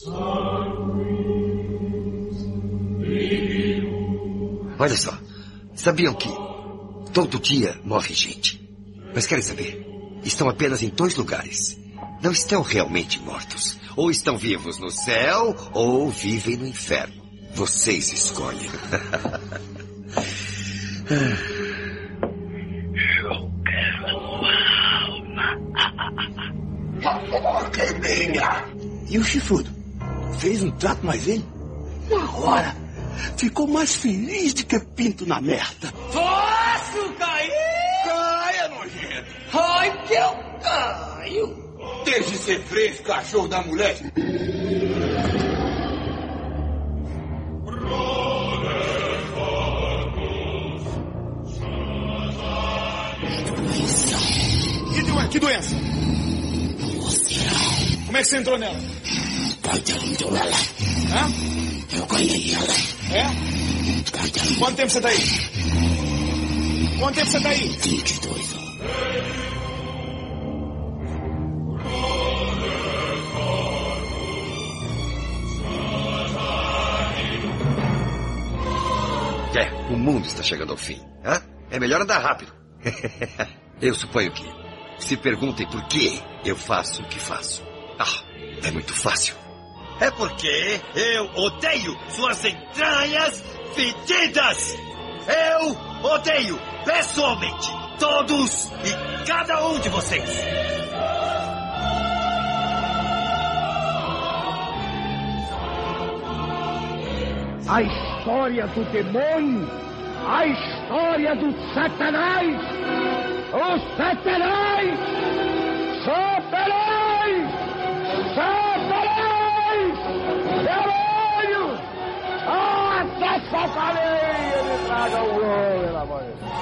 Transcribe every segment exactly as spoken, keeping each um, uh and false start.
Olha só, sabiam que todo dia morre gente? Mas querem saber? Estão apenas em dois lugares. Não estão realmente mortos. Ou estão vivos no céu, ou vivem no inferno. Vocês escolhem. Eu quero a sua alma. A porca é minha. E o chifrudo? Fez um trato mais ele? Na hora, ficou mais feliz do que pinto na merda. Posso cair? Caia, nojento. Ai, que eu caio. Deixe de ser fresco, cachorro da mulher. Que, do... que doença? Como é que você entrou nela? Hã? Eu ganhei ela. É? Quanto tempo você tá aí? Quanto tempo você tá aí? vinte e dois anos. É, o mundo está chegando ao fim. Hã? É melhor andar rápido. Eu suponho que se perguntem por que eu faço o que faço. Ah, é muito fácil. É porque eu odeio suas entranhas fedidas. Eu odeio pessoalmente todos e cada um de vocês. A história do demônio, a história do Satanás, o Satanás, Satanás, Satanás, demônio, ah, essa cadeia me traga o ouro, pelo amor de Deus.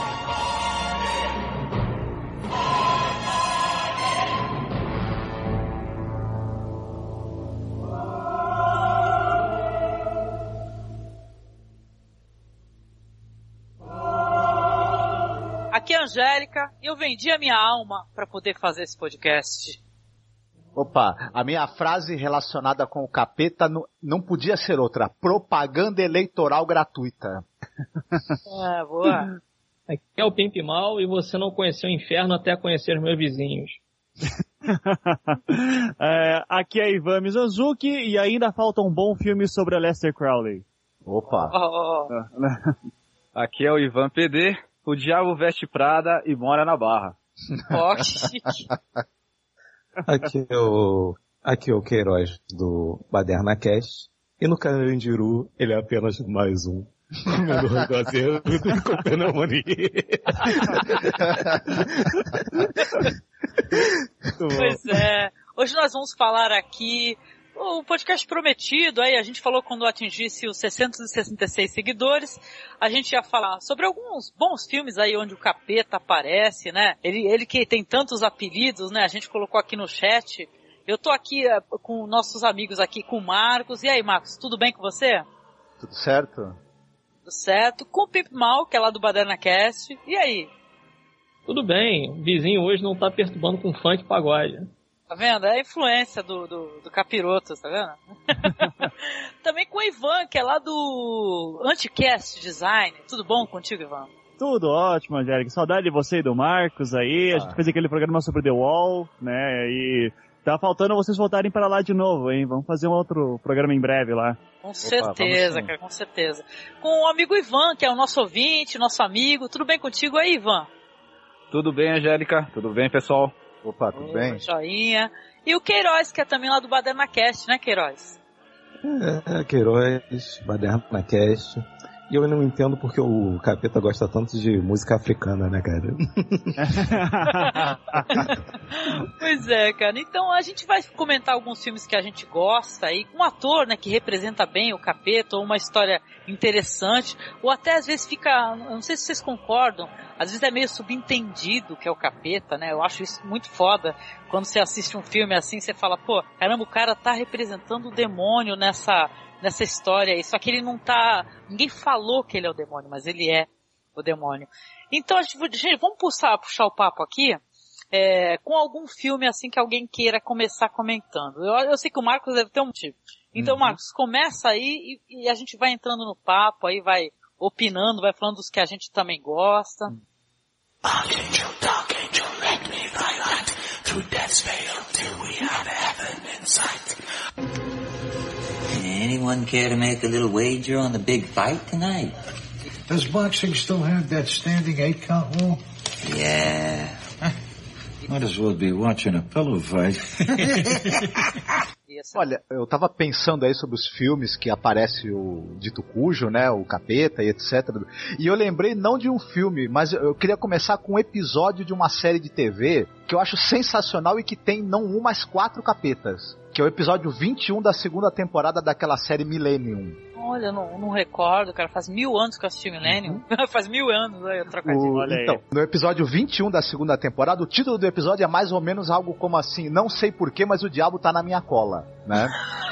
Aqui é a Angélica e eu vendi a minha alma para poder fazer esse podcast. Opa, a minha frase relacionada com o capeta não, não podia ser outra. Propaganda eleitoral gratuita. É, boa. Aqui é o Pimp Mal e você não conheceu o inferno até conhecer os meus vizinhos. é, aqui é Ivan Mizanzuki e ainda falta um bom filme sobre a Lester Crowley. Opa. Oh, oh. Aqui é o Ivan P D. O diabo veste Prada e mora na Barra. Oh, chique. Aqui é o, aqui é o Queiroz do Baderna Cast. E no Carandiru, ele é apenas mais um. Comedor do azedo com pneumonia. Pois é. Hoje nós vamos falar aqui o podcast prometido, aí a gente falou quando atingisse os seiscentos e sessenta e seis seguidores, a gente ia falar sobre alguns bons filmes aí onde o capeta aparece, né? Ele, ele que tem tantos apelidos, né? A gente colocou aqui no chat. Eu tô aqui uh, com nossos amigos aqui, com o Marcos. E aí, Marcos, tudo bem com você? Tudo certo? Tudo certo. Com o Pimp Mal, que é lá do Baderna Cast. E aí? Tudo bem. O vizinho hoje não tá perturbando com funk e pagode. Tá vendo? É a influência do, do, do Capiroto, tá vendo? Também com o Ivan, que é lá do Anticast Design. Tudo bom contigo, Ivan? Tudo ótimo, Angélica. Saudade de você e do Marcos aí. Ah. A gente fez aquele programa sobre The Wall, né? E tá faltando vocês voltarem para lá de novo, hein? Vamos fazer um outro programa em breve lá. Com certeza, Opa, cara, com certeza. Com o amigo Ivan, que é o nosso ouvinte, nosso amigo. Tudo bem contigo aí, Ivan? Tudo bem, Angélica? Tudo bem, pessoal? Opa, tudo Oi, bem? Joinha. E o Queiroz, que é também lá do Baderna Cast, né, Queiroz? É, Queiroz, Baderna Cast. E eu não entendo porque o capeta gosta tanto de música africana, né, cara? Pois é, cara. Então a gente vai comentar alguns filmes que a gente gosta aí, com um ator, né, que representa bem o capeta, ou uma história interessante, ou até às vezes fica, não sei se vocês concordam, às vezes é meio subentendido que é o capeta, né? Eu acho isso muito foda. Quando você assiste um filme assim, você fala, pô, caramba, o cara tá representando o demônio nessa, nessa história aí. Só que ele não tá... Ninguém falou que ele é o demônio, mas ele é o demônio. Então, a gente, gente, vamos puxar, puxar o papo aqui. é, com algum filme assim que alguém queira começar comentando. Eu, eu sei que o Marcos deve ter um motivo. Então, uhum. Marcos, começa aí e, e a gente vai entrando no papo, aí vai opinando, vai falando dos que a gente também gosta. Archangel, Dark Angel, let me thy light through death's veil till we have heaven in sight. Anyone care to make a little wager on the big fight tonight? Does boxing still have that standing eight count rule? Yeah. Might as well be watching a pillow fight. Olha, eu tava pensando aí sobre os filmes que aparece o Dito Cujo, né, o Capeta e etcétera. E eu lembrei não de um filme, mas eu queria começar com um episódio de uma série de T V que eu acho sensacional e que tem não um, mas quatro capetas. Que é o episódio vinte e um da segunda temporada daquela série Millennium. Olha, eu não, não recordo, cara. Faz mil anos que eu assisti Millennium. Uhum. Faz mil anos, aí eu troco o, Olha Então, aí. No episódio vinte e um da segunda temporada, o título do episódio é mais ou menos algo como assim, não sei porquê, mas o diabo tá na minha cola, né?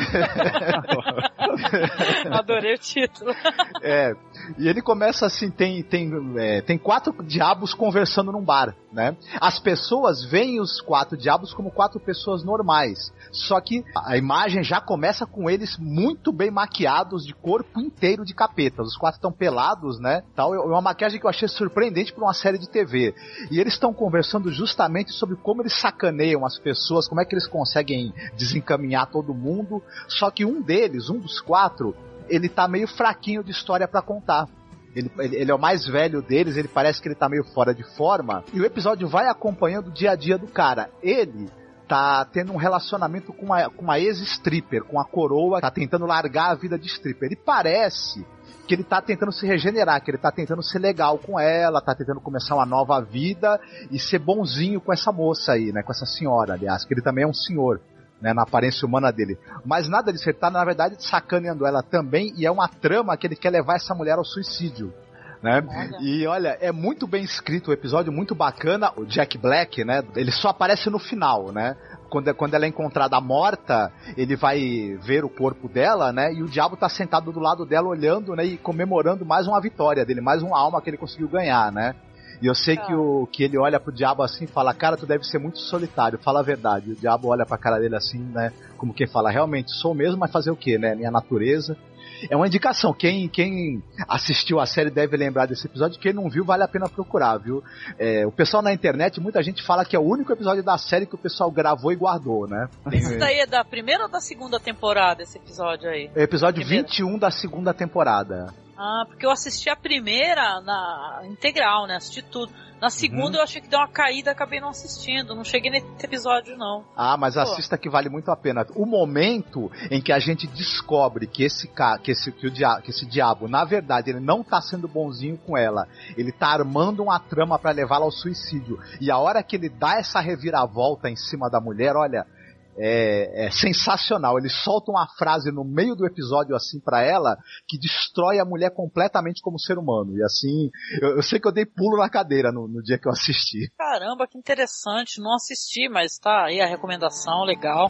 Adorei o título. É, e ele começa assim, tem, tem, é, tem quatro diabos conversando num bar, né? As pessoas veem os quatro diabos como quatro pessoas normais, só que a imagem já começa com eles muito bem maquiados, de corpo inteiro de capetas. Os quatro estão pelados, né? Tal, é uma maquiagem que eu achei surpreendente para uma série de T V. E eles estão conversando justamente sobre como eles sacaneiam as pessoas, como é que eles conseguem desencaminhar todo mundo. Só que um deles, um dos quatro, ele tá meio fraquinho de história para contar. Ele, ele, ele é o mais velho deles, ele parece que ele tá meio fora de forma. E o episódio vai acompanhando o dia a dia do cara. Ele tá tendo um relacionamento com uma, com uma ex-stripper, com a coroa, tá tentando largar a vida de stripper. E parece que ele tá tentando se regenerar, que ele tá tentando ser legal com ela, tá tentando começar uma nova vida e ser bonzinho com essa moça aí, né, com essa senhora, aliás, que ele também é um senhor, né, na aparência humana dele. Mas nada disso, ele tá, na verdade, sacaneando ela também, e é uma trama que ele quer levar essa mulher ao suicídio. Né? Olha. E olha, é muito bem escrito, o episódio muito bacana. O Jack Black, né, ele só aparece no final, né? Quando, quando ela é encontrada morta, ele vai ver o corpo dela, né? E o diabo tá sentado do lado dela olhando, né? E comemorando mais uma vitória dele, mais uma alma que ele conseguiu ganhar, né? E eu sei que, o, que ele olha pro diabo assim e fala, cara, tu deve ser muito solitário, fala a verdade. E o diabo olha pra cara dele assim, né? Como quem fala, realmente, sou mesmo, mas fazer o quê, né? Minha natureza. É uma indicação, quem, quem assistiu a série deve lembrar desse episódio, quem não viu vale a pena procurar, viu? É, o pessoal na internet, muita gente fala que é o único episódio da série que o pessoal gravou e guardou, né? Isso daí é da primeira ou da segunda temporada, esse episódio aí? É o episódio primeira. vinte e um da segunda temporada. Ah, porque eu assisti a primeira na integral, né? Assisti tudo. Na segunda uhum. eu achei que deu uma caída, acabei não assistindo. Não cheguei nesse episódio, não. Ah, mas Pô. assista que vale muito a pena. O momento em que a gente descobre que esse, que esse, que o dia, que esse diabo, na verdade, ele não tá sendo bonzinho com ela. Ele tá armando uma trama pra levá-la ao suicídio. E a hora que ele dá essa reviravolta em cima da mulher, olha... É, é sensacional, ele solta uma frase no meio do episódio assim pra ela, que destrói a mulher completamente como ser humano, e assim, eu, eu sei que eu dei pulo na cadeira no, no dia que eu assisti. Caramba, que interessante, não assisti, mas tá aí a recomendação, legal.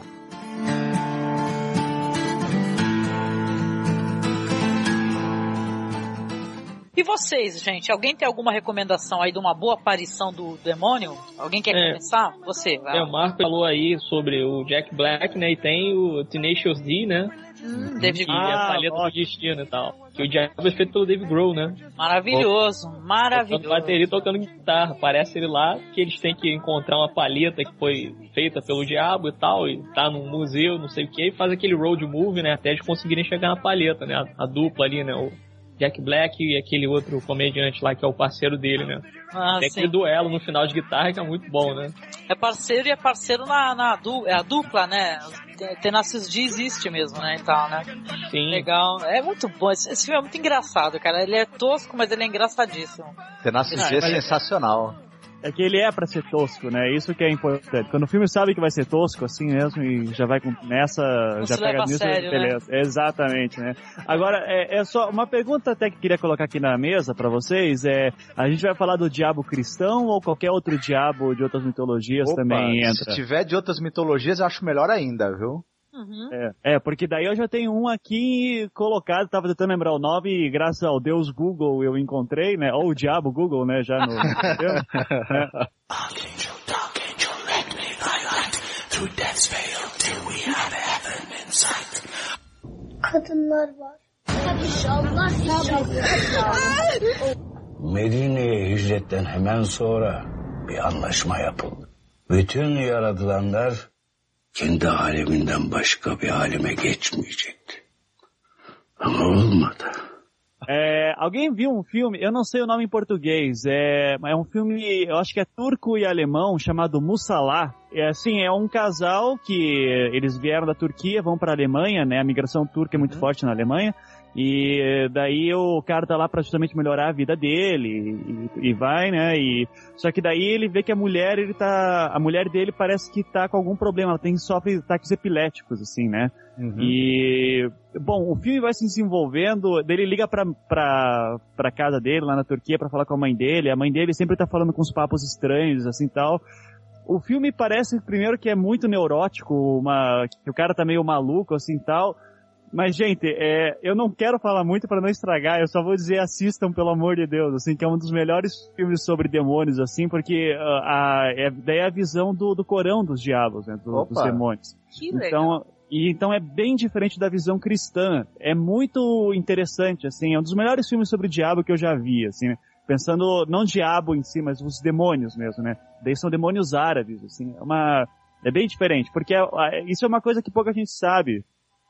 E vocês, gente? Alguém tem alguma recomendação aí de uma boa aparição do demônio? Alguém quer é, começar? Você, vai. É, o Marco falou aí sobre o Jack Black, né? E tem o Tenacious D, né? Hum, David Grohl. E a paleta do destino e tal. Que o diabo é feito pelo Dave Grohl, né? Maravilhoso, Pô, maravilhoso. Tocando bateria, tocando guitarra. Parece ele lá que eles têm que encontrar uma paleta que foi feita pelo diabo e tal, e tá num museu, não sei o que, e faz aquele road movie, né? Até eles conseguirem chegar na paleta, né? A, a dupla ali, né? O Jack Black e aquele outro comediante lá que é o parceiro dele, né? Ah, tem aquele duelo no final de guitarra que é muito bom, né? É parceiro e é parceiro na, na du, é a dupla, né? Tenacious D existe mesmo, né? E tal, né? Sim. Legal. É muito bom. Esse, esse filme é muito engraçado, cara. Ele é tosco, mas ele é engraçadíssimo. Tenacious D é sensacional. É que ele é pra ser tosco, né? Isso que é importante. Quando o filme sabe que vai ser tosco, assim mesmo, e já vai nessa, Não já se pega leva nisso, a sério, beleza. Né? Exatamente, né? Agora, é, é só uma pergunta até que queria colocar aqui na mesa pra vocês, é, a gente vai falar do diabo cristão ou qualquer outro diabo de outras mitologias Opa, também entra? Se tiver de outras mitologias, eu acho melhor ainda, viu? Uhum. É, é, porque daí eu já tenho um aqui colocado, tava tentando lembrar o nome e graças ao Deus Google eu encontrei, né? Ou o diabo Google, né? Já no... é. Through death's veil till we have heaven in sight. Kadınlar var. Padişahlar, padişahlar. Medine'ye hicretten hemen sonra bir anlaşma yapıldı. Bütün yaratılanlar kendi aleminden başka bir aleme geçmeyecekti. Ama olmadı. É, alguém viu um filme, eu não sei o nome em português, é, é um filme, eu acho que é turco e alemão, chamado Mussalá. É assim, é um casal que eles vieram da Turquia, vão para a Alemanha, né? A migração turca é muito uhum. forte na Alemanha. E daí o cara tá lá pra justamente melhorar a vida dele e, e vai, né? E só que daí ele vê que a mulher, ele tá, a mulher dele parece que tá com algum problema, ela tem sofre ataques epiléticos, assim, né? Uhum. E bom, o filme vai se desenvolvendo, daí ele liga pra, pra, pra casa dele lá na Turquia pra falar com a mãe dele, a mãe dele sempre tá falando com uns papos estranhos, assim, tal. O filme parece primeiro que é muito neurótico, uma, que o cara tá meio maluco, assim, tal. Mas, gente, é, eu não quero falar muito pra não estragar, eu só vou dizer assistam, pelo amor de Deus, assim, que é um dos melhores filmes sobre demônios, assim, porque uh, a, é, daí é a visão do, do Corão dos diabos, né, do, dos demônios. Que então, legal. E então é bem diferente da visão cristã, é muito interessante, assim, é um dos melhores filmes sobre o diabo que eu já vi, assim, né? Pensando, não diabo em si, mas os demônios mesmo, né, daí são demônios árabes, assim, é uma, é bem diferente, porque é, isso é uma coisa que pouca gente sabe,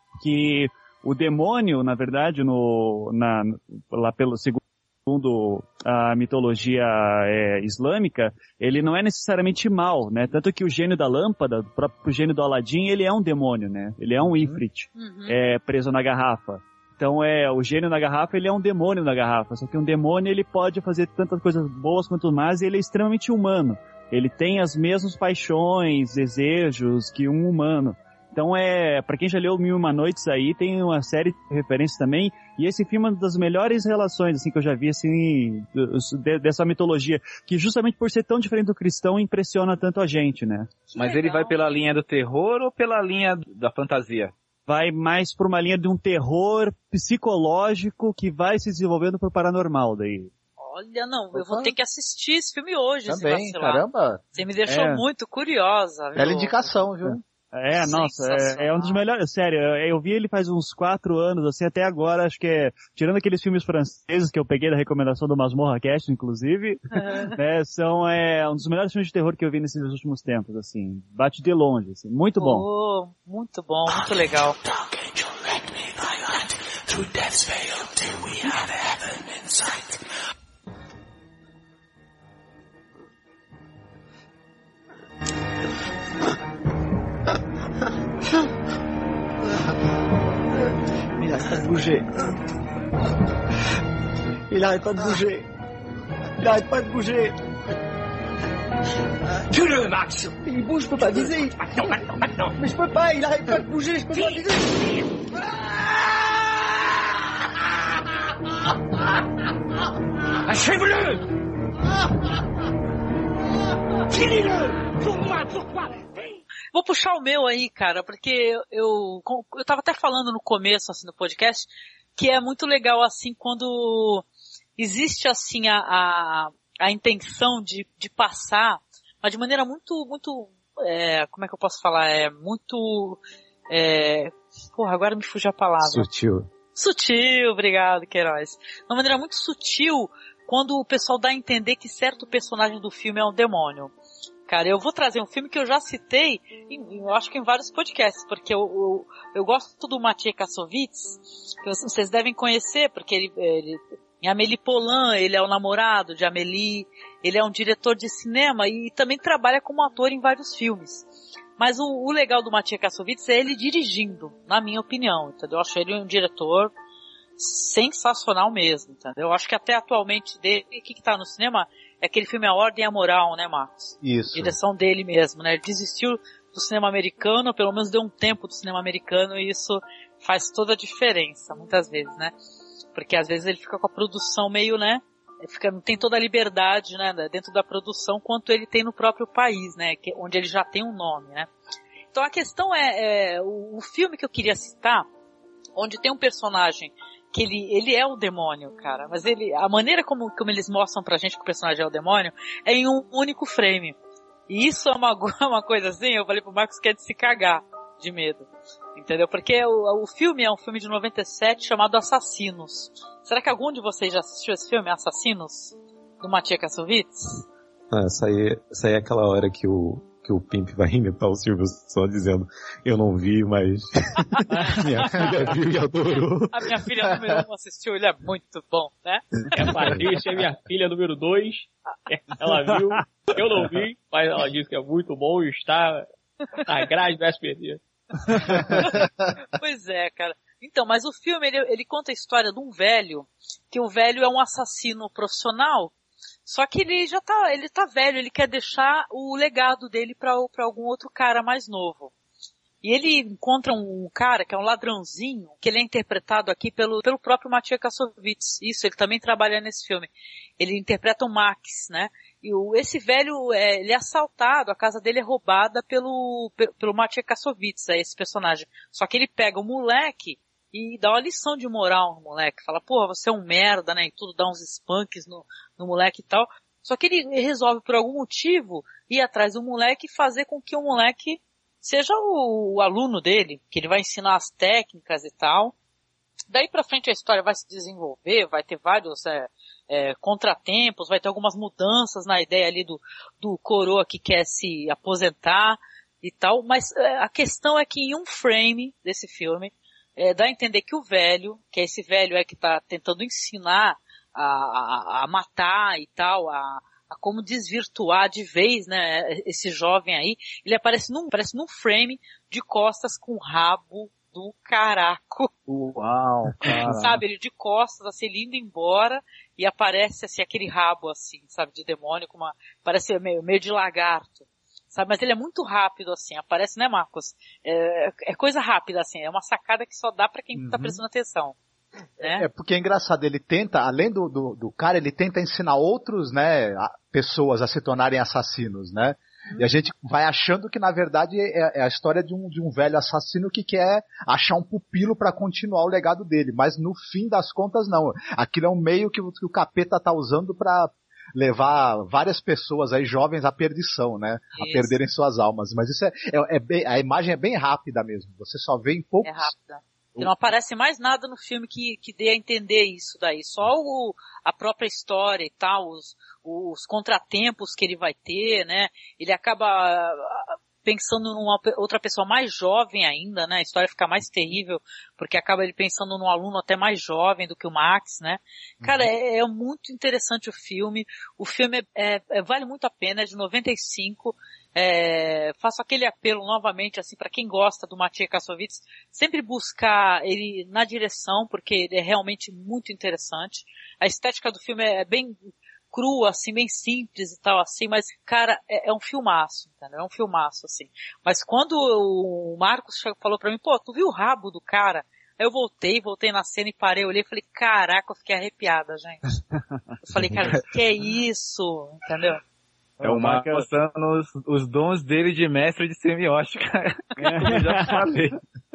que o demônio, na verdade, no, na, lá pelo segundo a mitologia é, islâmica, ele não é necessariamente mal, né? Tanto que o gênio da lâmpada, o próprio gênio do Aladim, ele é um demônio, né? Ele é um Ifrit, uhum. é, preso na garrafa. Então é, o gênio na garrafa, ele é um demônio na garrafa. Só que um demônio, ele pode fazer tantas coisas boas quanto más e ele é extremamente humano. Ele tem as mesmas paixões, desejos que um humano. Então é, pra quem já leu Mil e Uma Noites aí, tem uma série de referências também, e esse filme é uma das melhores relações, assim, que eu já vi, assim, dessa mitologia, que justamente por ser tão diferente do cristão, impressiona tanto a gente, né? Que Mas legal. Ele vai pela linha do terror ou pela linha da fantasia? Vai mais por uma linha de um terror psicológico que vai se desenvolvendo pro paranormal daí. Olha, não, eu vou ter que assistir esse filme hoje, também, se vacilar. Caramba. Você me deixou é. muito curiosa, viu? Bela indicação, viu? É, nossa, é, é um dos melhores, sério, eu, eu vi ele faz uns quatro anos, assim, até agora, acho que é, tirando aqueles filmes franceses que eu peguei da recomendação do Masmorra Cast, inclusive, uhum. né, são, é, um dos melhores filmes de terror que eu vi nesses últimos tempos, assim, bate de longe, assim, muito bom. Oh, muito bom, muito legal. Il arrête pas de bouger. Il arrête pas de bouger. Il arrête pas de bouger. Tue-le, Max. Il bouge, je peux pas viser. Maintenant, maintenant, maintenant. Mais je peux pas, il arrête pas de bouger, je peux pas viser. Achève-le. Finis-le. Pourquoi, pourquoi? Vou puxar o meu aí, cara, porque eu, eu tava até falando no começo, assim, do podcast, que é muito legal, assim, quando existe, assim, a, a, a intenção de, de passar, mas de maneira muito, muito, é, como é que eu posso falar, é muito, é, porra, agora me fugiu a palavra. Sutil. Sutil, obrigado, Queiroz. De uma maneira muito sutil, quando o pessoal dá a entender que certo personagem do filme é um demônio. Cara, eu vou trazer um filme que eu já citei, em, eu acho que em vários podcasts, porque eu, eu, eu gosto do Maciej Kassovitz, que vocês devem conhecer, porque ele, ele, em Amélie Poulain, ele é o namorado de Amélie, ele é um diretor de cinema e também trabalha como ator em vários filmes. Mas o, o legal do Maciej Kassovitz é ele dirigindo, na minha opinião, entendeu? Eu acho ele um diretor sensacional mesmo, entendeu? Eu acho que até atualmente dele, o que que tá no cinema é aquele filme A Ordem e a Moral, né, Marcos? Isso. Direção dele mesmo, né? Ele desistiu do cinema americano, pelo menos deu um tempo do cinema americano e isso faz toda a diferença, muitas vezes, né? Porque às vezes ele fica com a produção meio, né? Ele fica, não tem toda a liberdade, né, dentro da produção quanto ele tem no próprio país, né? Que, onde ele já tem um nome, né? Então a questão é, é o, o filme que eu queria citar, onde tem um personagem que ele, ele é o demônio, cara, mas ele, a maneira como, como eles mostram pra gente que o personagem é o demônio é em um único frame. E isso é uma, uma coisa assim, eu falei pro Marcos que é de se cagar de medo. Entendeu? Porque o, o filme é um filme de noventa e sete chamado Assassinos. Será que algum de vocês já assistiu esse filme, Assassinos? Do Matia Kassovitz? Ah, essa aí, essa aí é aquela hora que o, que o Pimp vai imitar o Silvio só dizendo, eu não vi, mas minha filha viu e adorou. A minha filha número um assistiu, ele é muito bom, né? É a Patrícia, é minha filha número dois. Ela viu, eu não vi, mas ela disse que é muito bom e está na grade do S B T. Pois é, cara. Então, mas o filme, ele, ele conta a história de um velho, que o velho é um assassino profissional, só que ele já tá, ele tá velho, ele quer deixar o legado dele pra, pra algum outro cara mais novo. E ele encontra um cara que é um ladrãozinho, que ele é interpretado aqui pelo, pelo próprio Matia Kassovitz. Isso, ele também trabalha nesse filme. Ele interpreta o Max, né? E o, esse velho, é, ele é assaltado, a casa dele é roubada pelo, pelo Matia Kassovitz, é esse personagem. Só que ele pega o moleque e dá uma lição de moral no moleque. Fala, porra, você é um merda, né? E tudo, dá uns spanks no, no moleque e tal. Só que ele resolve, por algum motivo, ir atrás do moleque e fazer com que o moleque seja o, o aluno dele, que ele vai ensinar as técnicas e tal. Daí pra frente a história vai se desenvolver, vai ter vários é, é, contratempos, vai ter algumas mudanças na ideia ali do, do coroa que quer se aposentar e tal, mas é, a questão é que em um frame desse filme, é, dá a entender que o velho, que esse velho é que tá tentando ensinar a, a, a matar e tal, a a como desvirtuar de vez, né, esse jovem aí, ele aparece num, aparece num frame de costas com o rabo do caraco. Uau, cara. Sabe, ele de costas, assim, ele indo embora, e aparece, assim, aquele rabo, assim, sabe, de demônio, com uma, parece meio, meio de lagarto, sabe, mas ele é muito rápido, assim, aparece, né, Marcos? É, é coisa rápida, assim, é uma sacada que só dá pra quem uhum. tá prestando atenção. É. é porque é engraçado, ele tenta, além do, do, do cara, ele tenta ensinar outros, né, a, pessoas a se tornarem assassinos, né? Hum. E a gente vai achando que na verdade é, é a história de um, de um velho assassino que quer achar um pupilo para continuar o legado dele, mas no fim das contas não. Aquilo é um meio que, que o capeta tá usando para levar várias pessoas aí jovens à perdição, né? Isso. A perderem suas almas. Mas isso é, é, é bem, a imagem é bem rápida mesmo. Você só vê em poucos. É rápida. E não aparece mais nada no filme que, que dê a entender isso daí. Só o, a própria história e tal, os, os contratempos que ele vai ter, né? Ele acaba pensando numa outra pessoa mais jovem ainda, né? A história fica mais terrível, porque acaba ele pensando num aluno até mais jovem do que o Max, né? Cara, uhum. é, é muito interessante o filme. O filme é, é, vale muito a pena, é de noventa e cinco. É, faço aquele apelo novamente, assim, para quem gosta do Matia Kassovitz, sempre buscar ele na direção, porque ele é realmente muito interessante. A estética do filme é bem crua, assim, bem simples e tal, assim, mas, cara, é, é um filmaço, entendeu? É um filmaço, assim. Mas quando o Marcos falou pra mim, pô, tu viu o rabo do cara? Aí eu voltei, voltei na cena e parei, olhei e falei, caraca, eu fiquei arrepiada, gente. Eu falei, cara, que é isso? Entendeu? É o Marcos mostrando os, os dons dele de mestre de semiótica. Como eu já falei.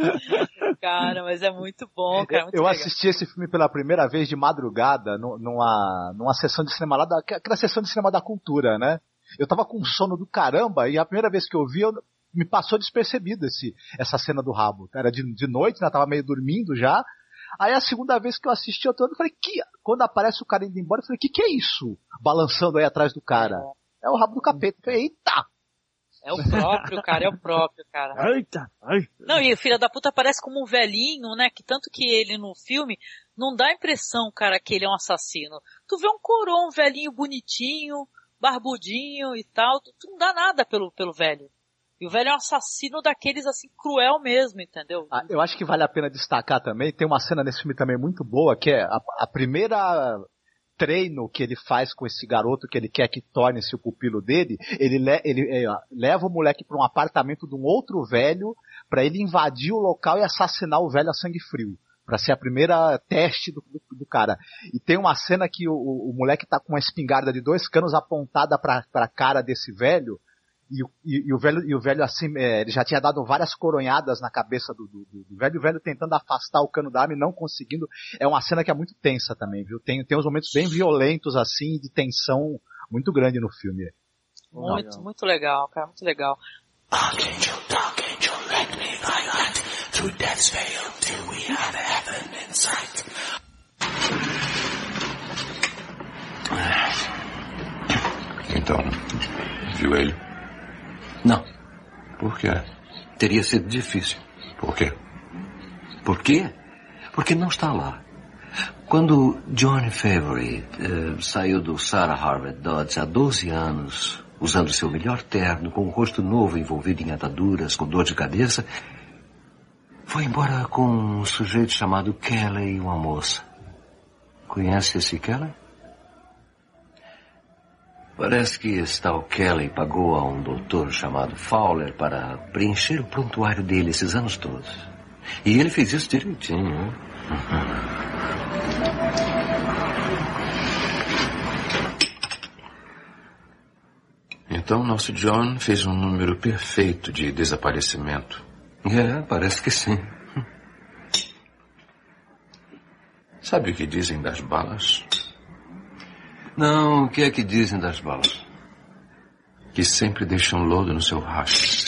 Cara, mas é muito bom, cara. Muito eu legal. Assisti esse filme pela primeira vez de madrugada, numa, numa sessão de cinema lá, da, aquela sessão de cinema da cultura, né? Eu tava com sono do caramba e a primeira vez que eu vi, eu, me passou despercebido esse, essa cena do rabo. Era de, de noite, né? Eu tava meio dormindo já. Aí a segunda vez que eu assisti, eu, tô, eu falei, que, quando aparece o cara indo embora, eu falei, que que é isso? Balançando aí atrás do cara. É. É o rabo do capeta. Eu falei, eita! É o próprio, cara, é o próprio, cara. Eita! Ai. Não, e o filho da puta aparece como um velhinho, né? Que tanto que ele no filme não dá a impressão, cara, que ele é um assassino. Tu vê um coroa, um velhinho bonitinho, barbudinho e tal, tu, tu não dá nada pelo, pelo velho. E o velho é um assassino daqueles, assim, cruel mesmo, entendeu? Ah, eu acho que vale a pena destacar também, tem uma cena nesse filme também muito boa, que é a, a primeira treino que ele faz com esse garoto que ele quer que torne-se o pupilo dele, ele, le, ele é, leva o moleque para um apartamento de um outro velho para ele invadir o local e assassinar o velho a sangue frio. Pra ser a primeira teste do, do, do cara. E tem uma cena que o, o, o moleque tá com uma espingarda de dois canos apontada pra, pra cara desse velho, e, e, e o velho, e o velho assim, é, ele já tinha dado várias coronhadas na cabeça do, do, do velho, e o velho tentando afastar o cano da arma e não conseguindo. É uma cena que é muito tensa também, viu? Tem, tem uns momentos bem violentos assim, de tensão muito grande no filme. Muito, não. muito legal, cara, muito legal. Archangel, Archangel, let me thy light through death's veil till we have heaven in sight. Então, viu ele? Não. Por quê? Teria sido difícil. Por quê? Por quê? Porque não está lá. Quando John Favorite uh, saiu do Sarah Harvard Dodge há doze anos, usando seu melhor terno, com o rosto novo envolvido em ataduras, com dor de cabeça, foi embora com um sujeito chamado Kelly e uma moça. Conhece esse Kelly? Parece que esse tal Kelly pagou a um doutor chamado Fowler para preencher o prontuário dele esses anos todos. E ele fez isso direitinho, né? Então, nosso John fez um número perfeito de desaparecimento. É, parece que sim. Sabe o que dizem das balas? Não, o que é que dizem das balas? Que sempre deixam lodo no seu rastro.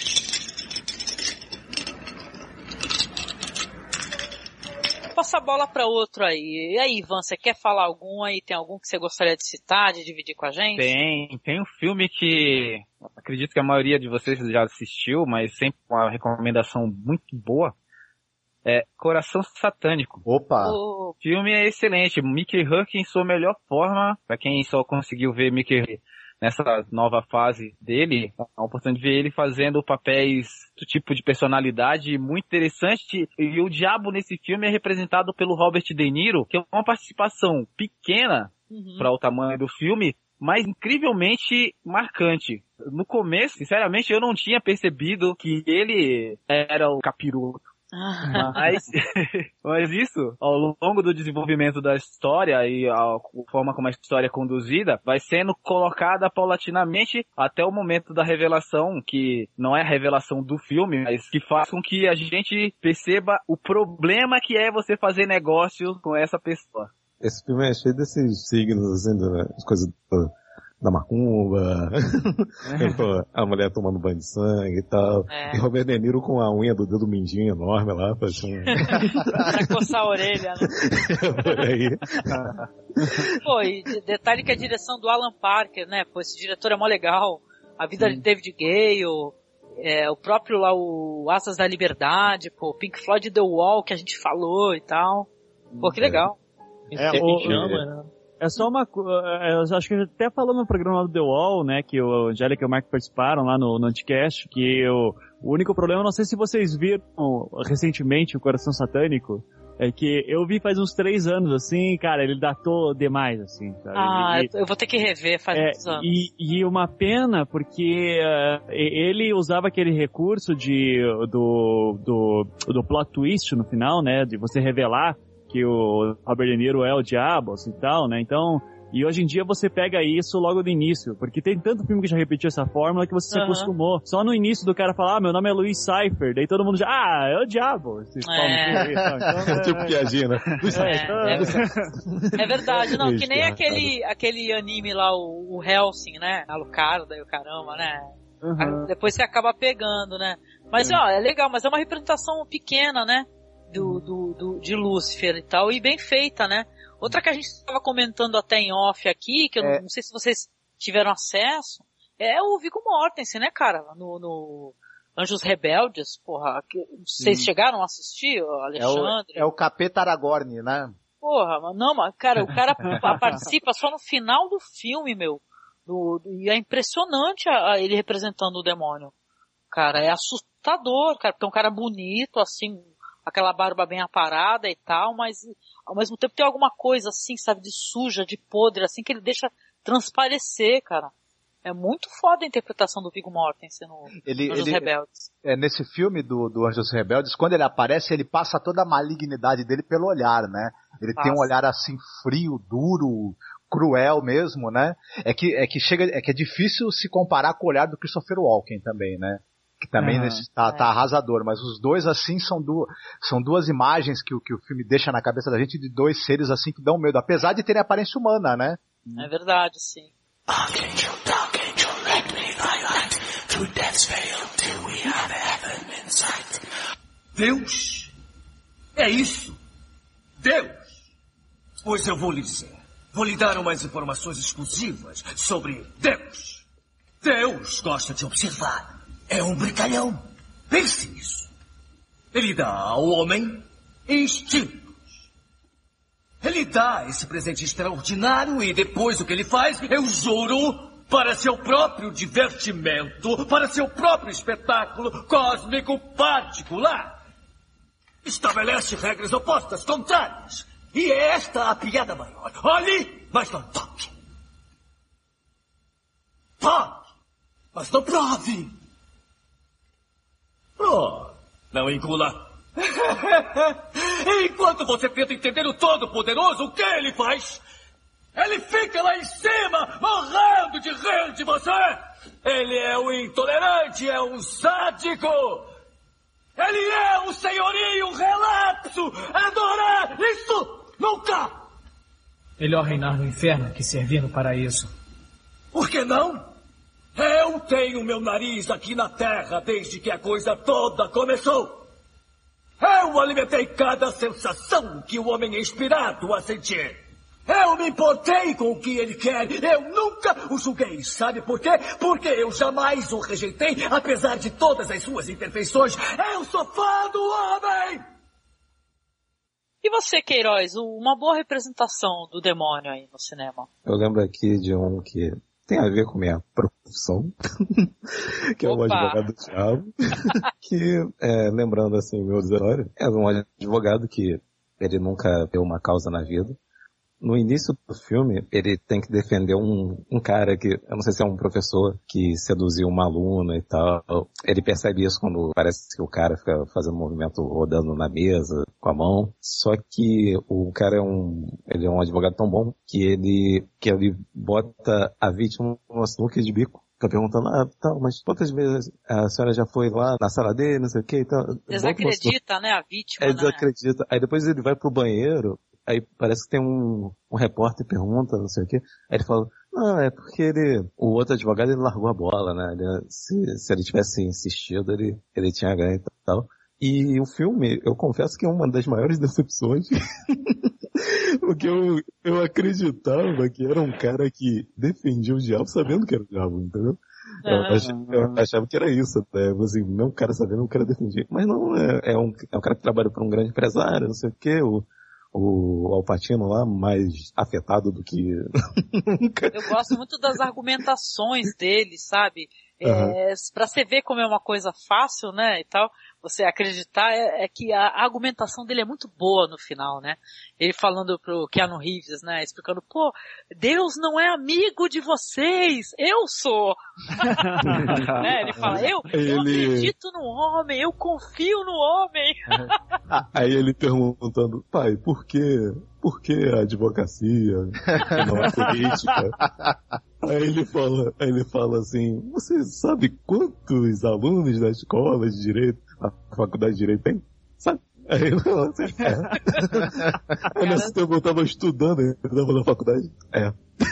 Passa a bola para outro aí. E aí, Ivan, você quer falar algum aí? Tem algum que você gostaria de citar, de dividir com a gente? Tem, tem um filme que acredito que a maioria de vocês já assistiu, mas sempre uma recomendação muito boa. É Coração Satânico. Opa! O filme é excelente. Mickey Rourke em sua melhor forma. Pra quem só conseguiu ver Mickey Rourke nessa nova fase dele, é uma oportunidade de ver ele fazendo papéis do tipo de personalidade muito interessante. E o diabo nesse filme é representado pelo Robert De Niro, que é uma participação pequena uhum. para o tamanho do filme, mas incrivelmente marcante. No começo, sinceramente, eu não tinha percebido que ele era o capiroto. Mas, mas isso, ao longo do desenvolvimento da história e a forma como a história é conduzida, vai sendo colocada paulatinamente até o momento da revelação, que não é a revelação do filme, mas que faz com que a gente perceba o problema que é você fazer negócio com essa pessoa. Esse filme é cheio desses signos, assim, das coisas da macumba, é. a mulher tomando banho de sangue e tal, é. E Robert De Niro com a unha do dedo mindinho enorme lá, fazendo... pra coçar a orelha, né? Por aí. Pô, e detalhe que a direção do Alan Parker, né, pô, esse diretor é mó legal, a vida Sim. de David Gale, é, o próprio lá, o Asas da Liberdade, pô, Pink Floyd The Wall, que a gente falou e tal, pô, que legal. É, é o... chama, né? É só uma coisa, acho que a gente até falou no programa do The Wall, né, que o Angélica e o Mark participaram lá no, no Anticast, que o, o único problema, não sei se vocês viram recentemente o Coração Satânico, é que eu vi faz uns três anos, assim, cara, ele datou demais, assim, sabe? Ah, e, eu vou ter que rever faz é, muitos anos. E, e uma pena, porque uh, ele usava aquele recurso de, do, do, do plot twist no final, né, de você revelar que o Robert De Niro é o diabo, assim, e tal, né, então, e hoje em dia você pega isso logo do início, porque tem tanto filme que já repetiu essa fórmula que você se uhum. acostumou. Só no início do cara falar, ah, meu nome é Louis Cypher, daí todo mundo já, ah, é o diabo. Esse é. Então, é tipo piadinha, né? É, é, é verdade, não, que nem aquele, aquele anime lá, o, o Hellsing, né, Alucard e o caramba, né, uhum. Depois você acaba pegando, né, mas ó, é legal, mas é uma representação pequena, né, Do, do, do, de Lúcifer e tal, e bem feita, né? Outra que a gente estava comentando até em off aqui, que eu é. não, não sei se vocês tiveram acesso, é o Viggo Mortensen, né, cara? No, no Anjos Rebeldes, porra, que, vocês hum. chegaram a assistir, Alexandre? É o, é o Capeta Aragorn, né? Porra, não, mas, cara, o cara participa só no final do filme, meu, do, do, e é impressionante a, a ele representando o demônio. Cara, é assustador, cara, porque é um cara bonito, assim, aquela barba bem aparada e tal, mas ao mesmo tempo tem alguma coisa assim, sabe, de suja, de podre, assim, que ele deixa transparecer, cara. É muito foda a interpretação do Viggo Mortensen no ele, Anjos ele, Rebeldes. É, nesse filme do, do Anjos Rebeldes, quando ele aparece, ele passa toda a malignidade dele pelo olhar, né? Ele passa. Tem um olhar assim frio, duro, cruel mesmo, né? É que, é que chega, é que é difícil se comparar com o olhar do Christopher Walken também, né? Que também uhum, nesse, tá, é. tá arrasador, mas os dois assim são, du são duas imagens que, que o filme deixa na cabeça da gente de dois seres assim que dão medo, apesar de terem aparência humana, né? É verdade, sim. Archangel, Archangel, let through death's veil till we have heaven in sight. Deus? É isso? Deus? Pois eu vou lhe dizer. Vou lhe dar umas informações exclusivas sobre Deus. Deus gosta de observar. É um brincalhão. Pense nisso. Ele dá ao homem instintos. Ele dá esse presente extraordinário e depois o que ele faz, eu juro, para seu próprio divertimento, para seu próprio espetáculo cósmico particular. Estabelece regras opostas, contrárias. E é esta a piada maior. Olhe, mas não toque. Toque, mas não prove. Oh, não engula. Enquanto você tenta entender o Todo-Poderoso, o que ele faz? Ele fica lá em cima, morrendo de rir de você. Ele é um intolerante, é um sádico. Ele é um senhorio relapso. Adorar isso nunca. Melhor reinar no inferno que servir no paraíso. Por que não? Eu tenho meu nariz aqui na terra desde que a coisa toda começou. Eu alimentei cada sensação que o homem é inspirado a sentir. Eu me importei com o que ele quer. Eu nunca o julguei. Sabe por quê? Porque eu jamais o rejeitei, apesar de todas as suas imperfeições. Eu sou fã do homem! E você, Queiroz, uma boa representação do demônio aí no cinema? Eu lembro aqui de um que tem a ver com minha profissão, que Opa. é o advogado do diabo, que, é, lembrando assim, meu história, é um advogado que ele nunca deu uma causa na vida. No início do filme, ele tem que defender um, um cara que, eu não sei se é um professor, que seduziu uma aluna e tal. Ele percebe isso quando parece que o cara fica fazendo movimento rodando na mesa com a mão. Só que o cara é um, ele é um advogado tão bom que ele, que ele bota a vítima numa sinuca de bico. Fica perguntando, ah, tal, mas quantas vezes a senhora já foi lá na sala dele, não sei o que e tal. Desacredita, né, a vítima, É, né? desacredita. Aí depois ele vai pro banheiro. Aí parece que tem um, um repórter pergunta, não sei o quê. Aí ele fala, não, é porque ele, o outro advogado, ele largou a bola, né? Ele, se, se ele tivesse insistido, ele, ele tinha ganho e tal. E o filme, eu confesso que é uma das maiores decepções. Porque eu, eu acreditava que era um cara que defendia o diabo sabendo que era o diabo, entendeu? Eu, Ah. achava, eu achava que era isso, né? Assim, não o cara sabendo, o cara defendia. Mas não, é, é, um, é um cara que trabalha para um grande empresário, não sei o quê, o o Al Pacino lá, mais afetado do que... Eu gosto muito das argumentações dele, sabe? É, uhum. Pra você ver como é uma coisa fácil, né, e tal, você acreditar, é, é que a argumentação dele é muito boa no final, né? Ele falando pro Keanu Reeves, né, explicando, pô, Deus não é amigo de vocês, eu sou! Né? Ele fala, eu, ele... eu acredito no homem, eu confio no homem! Aí ele perguntando, pai, por quê? Por que a advocacia e não a política? Aí ele fala, aí ele fala assim, você sabe quantos alunos da escola de direito, a faculdade de direito tem? Sabe? Aí ele fala assim, é. Aí nesse tempo eu tava estudando, eu tava na faculdade. É.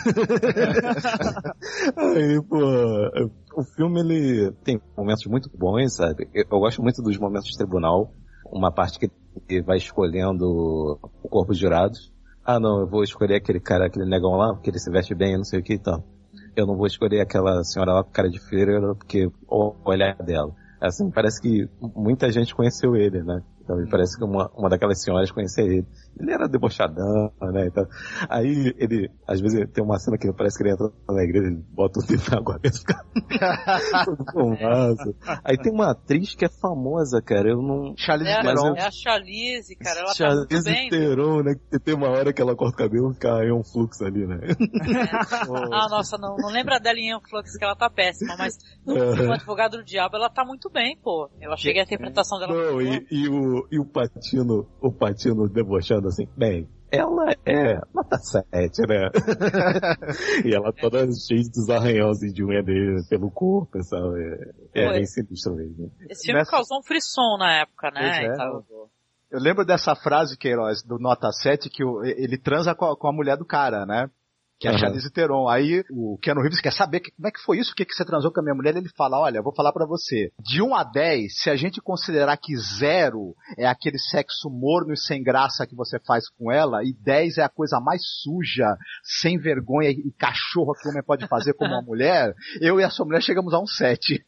Aí, pô, o filme ele tem momentos muito bons, sabe? Eu, eu gosto muito dos momentos de tribunal, uma parte que ele vai escolhendo o corpo de jurados. Ah, não, eu vou escolher aquele cara, aquele negão lá, porque ele se veste bem, não sei o que e tal. Eu não vou escolher aquela senhora lá com cara de freira, porque o olhar dela. Assim, parece que muita gente conheceu ele, né? Então, parece que uma, uma daquelas senhoras conhecia ele. Ele era debochadão, né? Então, aí ele, às vezes tem uma cena que parece que ele entra na igreja, ele bota o dedo na água e fica todo fumaço. Aí tem uma atriz que é famosa, cara, eu não... Charlize é, Theron. É a Charlize, cara, ela Charlize tá muito bem. Theron, né? Que tem uma hora que ela corta o cabelo e fica aí um fluxo ali, né? É. Ah, nossa, não, não lembra dela em Flux que ela tá péssima, mas no é. Advogado do Diabo ela tá muito bem, pô. Eu achei que a interpretação dela não, foi e, e o E o Patino, o Patino debochando assim, bem, ela é nota sete, né? E ela toda cheia dos arranhões de unha dele pelo corpo, pessoal. É, é bem sinistro mesmo. Esse filme Nessa... causou um frisson na época, né? É, então... Eu lembro dessa frase, Queiroz, do Nota sete, que o, ele transa com a, com a mulher do cara, né? que é a Uhum. Charlize Theron. Aí o Keanu Reeves quer saber que, como é que foi isso, o que, que você transou com a minha mulher, ele fala, olha, eu vou falar pra você, de um a dez, se a gente considerar que zero é aquele sexo morno e sem graça que você faz com ela, e dez é a coisa mais suja, sem vergonha e cachorro que o homem pode fazer como uma mulher, eu e a sua mulher chegamos a um sete.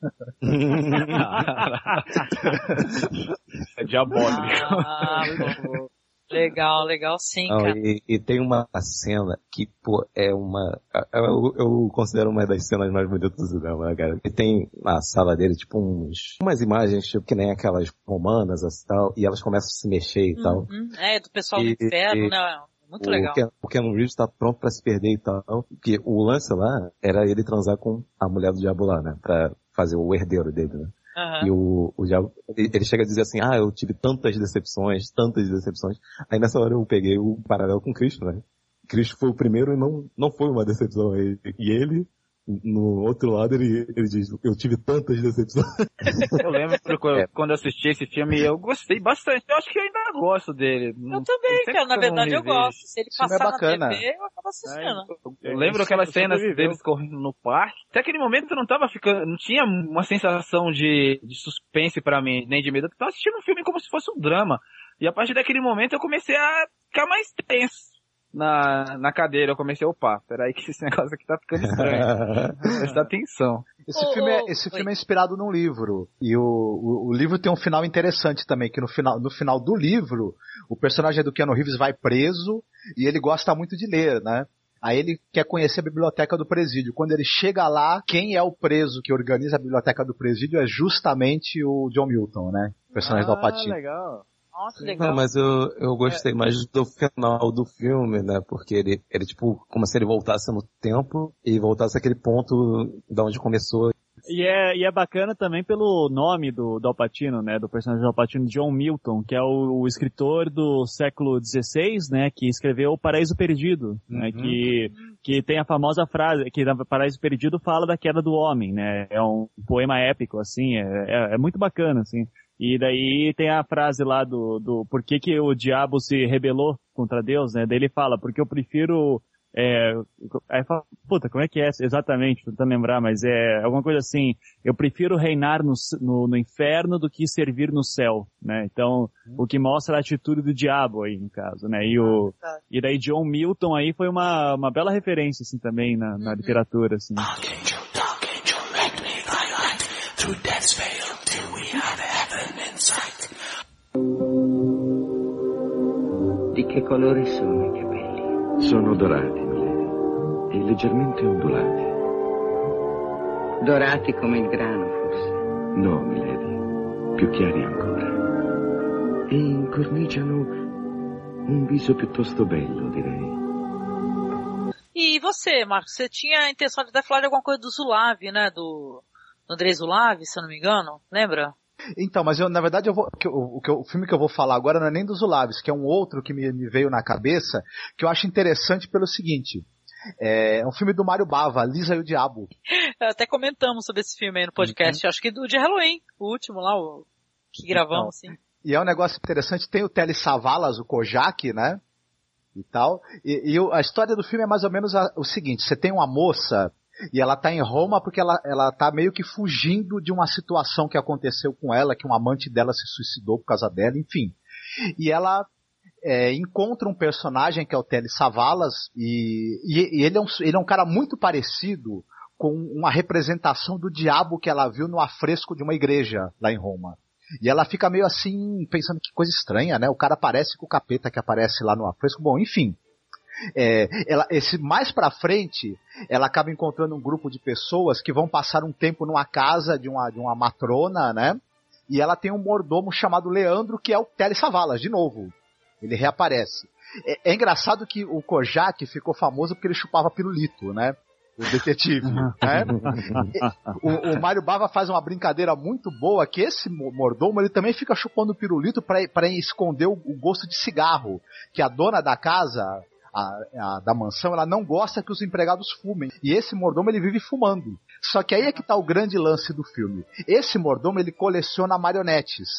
É diabólico. Ah, pô. Legal, legal sim, Não, cara. e, e tem uma cena que, pô, é uma... Eu, eu considero uma das cenas mais bonitas do cinema, cara. E tem na sala dele, tipo, uns... umas imagens, tipo, que nem aquelas romanas e tal, e elas começam a se mexer e Uhum. tal. É, do pessoal E- do inferno, e- né? Muito o legal. Ken, o Keanu Reeves tá pronto pra se perder e tal. Porque o lance lá era ele transar com a mulher do diabo lá, né? Pra fazer o herdeiro dele, né? Aham. E o, o diabo, ele, ele chega a dizer assim, ah, eu tive tantas decepções, tantas decepções. Aí nessa hora eu peguei o paralelo com Cristo, né? Cristo foi o primeiro e não, não foi uma decepção. E, e ele, no outro lado, ele, ele diz, eu tive tantas decepções. Eu lembro quando, quando eu assisti esse filme, eu gostei bastante. Eu acho que eu ainda gosto dele. Eu também, cara. Na verdade, eu gosto. Se ele Esse filme é passar na bacana. T V, eu acabo assistindo. Eu lembro aquelas cenas deles correndo no parque. Até aquele momento eu não tava ficando, não tinha uma sensação de, de suspense pra mim, nem de medo. Eu tava assistindo um filme como se fosse um drama. E a partir daquele momento eu comecei a ficar mais tenso na, na cadeira. Eu comecei, opa, peraí que esse negócio aqui tá ficando estranho. Presta atenção. Esse filme, é, esse filme é inspirado num livro. E o, o, o livro tem um final interessante também, que no final, no final do livro, o personagem do Keanu Reeves vai preso e ele gosta muito de ler, né? Aí ele quer conhecer a biblioteca do presídio. Quando ele chega lá, quem é o preso que organiza a biblioteca do presídio é justamente o John Milton, né? O personagem do Al Pacino. legal. Nossa, legal. Não, mas eu, eu gostei mais do final do filme, né? Porque ele, ele, tipo, como se ele voltasse no tempo e voltasse àquele ponto da onde começou. E é, e é bacana também pelo nome do, do Al Pacino, né, do personagem do Al Pacino, John Milton, que é o, o escritor do século dezesseis, né, que escreveu O Paraíso Perdido, né, Uhum. que, que tem a famosa frase, que o Paraíso Perdido fala da queda do homem, né, é um poema épico, assim, é, é, é muito bacana, assim. E daí tem a frase lá do, do por que que o diabo se rebelou contra Deus, né, daí ele fala, porque eu prefiro... É, aí fala, puta, como é que é exatamente, tentando lembrar, mas é alguma coisa assim, eu prefiro reinar no, no, no inferno do que servir no céu, né, então, o que mostra a atitude do diabo aí, no caso, né, e o, e daí John Milton aí foi uma, uma bela referência, assim, também na, na literatura, assim. Through death's veil till we have heaven in sight. Di che colore sono i capelli? Sono dorati, milady, e leggermente ondulati. Dorati come il grano, forse? No, milady, più chiari ancora. E incorniciano un viso piuttosto bello, direi. E você, Marcos, você tinha a intenção de até falar de alguma coisa do Zulav, né, do, do Andrei Zulav, se eu não me engano, lembra? Então, mas eu, na verdade, eu vou, que eu- o, que eu- o filme que eu vou falar agora não é nem dos Zulaves, que é um outro que me, me veio na cabeça, que eu acho interessante pelo seguinte. É um filme do Mário Bava, Lisa e o Diabo. Até comentamos sobre esse filme aí no podcast, acho que do de Halloween, o último lá, o que gravamos, assim. E é um negócio interessante, tem o Telly Savalas, o Kojak, né? E tal. E, e o- a história do filme é mais ou menos a- o seguinte, você tem uma moça e ela tá em Roma porque ela, ela tá meio que fugindo de uma situação que aconteceu com ela, que um amante dela se suicidou por causa dela, enfim. E ela é, encontra um personagem que é o Telly Savalas e, e- e ele, é um, ele é um cara muito parecido com uma representação do diabo que ela viu no afresco de uma igreja lá em Roma. E ela fica meio assim, pensando que coisa estranha, né? O cara parece com o capeta que aparece lá no afresco. Bom, enfim. É, ela, esse, mais pra frente, ela acaba encontrando um grupo de pessoas que vão passar um tempo numa casa de uma, de uma matrona, né? E ela tem um mordomo chamado Leandro, que é o Telly Savalas, de novo. Ele reaparece. É, é engraçado que o Kojak ficou famoso porque ele chupava pirulito, né? O detetive, né? O, o Mário Bava faz uma brincadeira muito boa, que esse mordomo, ele também fica chupando pirulito pra, pra esconder o, o gosto de cigarro, que a dona da casa, a, a, da mansão, ela não gosta que os empregados fumem. E esse mordomo, ele vive fumando. Só que aí é que tá o grande lance do filme. Esse mordomo, ele coleciona marionetes.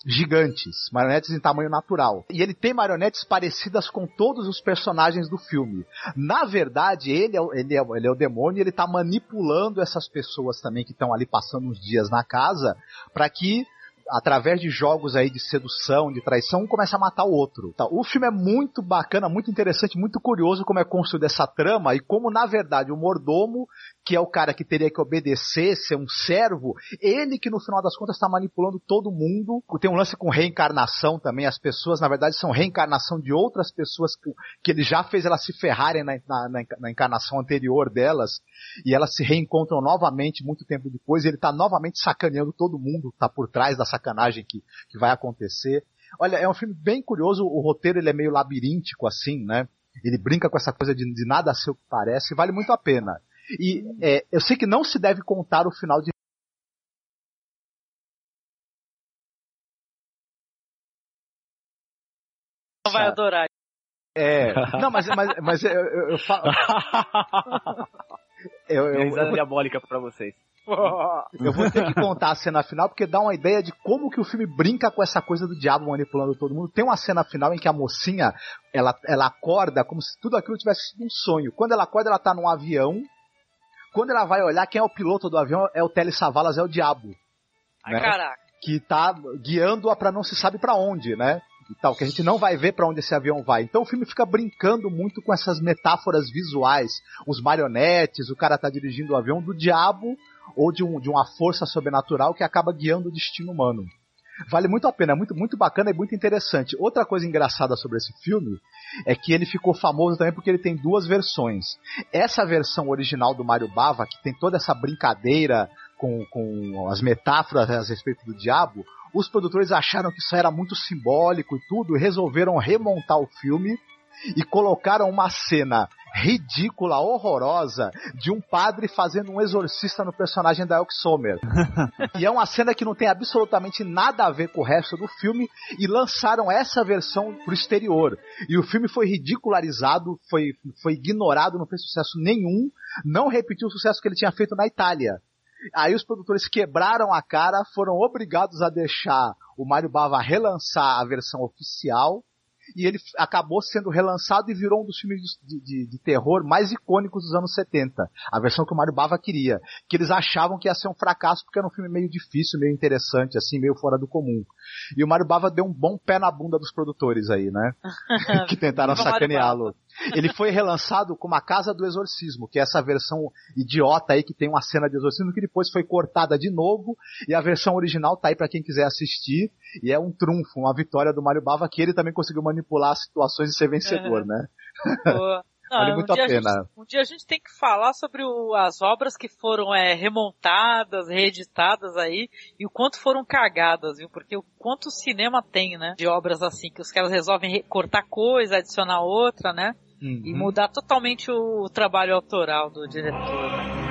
gigantes, marionetes em tamanho natural. E ele tem marionetes parecidas com todos os personagens do filme. Na verdade, ele é, ele é, ele é o demônio e ele tá manipulando essas pessoas também que estão ali passando uns dias na casa, para que através de jogos aí de sedução, de traição, um começa a matar o outro. Tá, o filme é muito bacana, muito interessante, muito curioso como é construída essa trama e como, na verdade, o mordomo, que é o cara que teria que obedecer, ser um servo, ele que no final das contas está manipulando todo mundo. Tem um lance com reencarnação também, as pessoas, na verdade, são reencarnação de outras pessoas que, que ele já fez elas se ferrarem na, na, na encarnação anterior delas, e elas se reencontram novamente muito tempo depois, e ele está novamente sacaneando todo mundo, está por trás da sacanagem que, que vai acontecer. Olha, é um filme bem curioso, o roteiro ele é meio labiríntico assim, né? Ele brinca com essa coisa de, de nada ser o que parece, vale muito a pena. E é, eu sei que não se deve contar o final de Não vai adorar. É, não, mas, mas, mas eu, eu, eu falo... eu, eu, risada eu, diabólica pra vocês. Eu vou ter que contar a cena final porque dá uma ideia de como que o filme brinca com essa coisa do diabo manipulando todo mundo. Tem uma cena final em que a mocinha, ela, ela acorda como se tudo aquilo tivesse sido um sonho. Quando ela acorda, ela tá num avião. Quando ela vai olhar, quem é o piloto do avião é o Telly Savalas, é o diabo. Ai, né? Caraca. Que tá guiando-a pra não se sabe pra onde, né? E tal, que a gente não vai ver pra onde esse avião vai. Então o filme fica brincando muito com essas metáforas visuais. Os marionetes, o cara tá dirigindo o avião do diabo ou de, um, de uma força sobrenatural que acaba guiando o destino humano. Vale muito a pena, é muito, muito bacana e muito interessante. Outra coisa engraçada sobre esse filme é que ele ficou famoso também porque ele tem duas versões. Essa versão original do Mário Bava, que tem toda essa brincadeira com, com as metáforas a respeito do diabo, os produtores acharam que isso era muito simbólico e tudo, e resolveram remontar o filme e colocaram uma cena ridícula, horrorosa, de um padre fazendo um exorcista no personagem da Elke Sommer. E é uma cena que não tem absolutamente nada a ver com o resto do filme, e lançaram essa versão pro exterior. E o filme foi ridicularizado, foi, foi ignorado, não fez sucesso nenhum, não repetiu o sucesso que ele tinha feito na Itália. Aí os produtores quebraram a cara, foram obrigados a deixar o Mário Bava relançar a versão oficial, e ele acabou sendo relançado e virou um dos filmes de, de, de terror mais icônicos dos anos setenta. A versão que o Mário Bava queria. Que eles achavam que ia ser um fracasso porque era um filme meio difícil, meio interessante, assim, meio fora do comum. E o Mário Bava deu um bom pé na bunda dos produtores aí, né? Que tentaram sacaneá-lo. Ele foi relançado como A Casa do Exorcismo, que é essa versão idiota aí que tem uma cena de exorcismo que depois foi cortada de novo, e a versão original tá aí pra quem quiser assistir, e é um trunfo, uma vitória do Mário Bava, que ele também conseguiu manipular as situações e ser vencedor, uhum. né? Boa. Não, vale muito um a pena. A gente, um dia a gente tem que falar sobre o, as obras que foram é, remontadas, reeditadas aí, e o quanto foram cagadas, viu? Porque o quanto o cinema tem, né? De obras assim, que os caras resolvem cortar coisa, adicionar outra, né? Uhum. E mudar totalmente o, o trabalho autoral do diretor, né?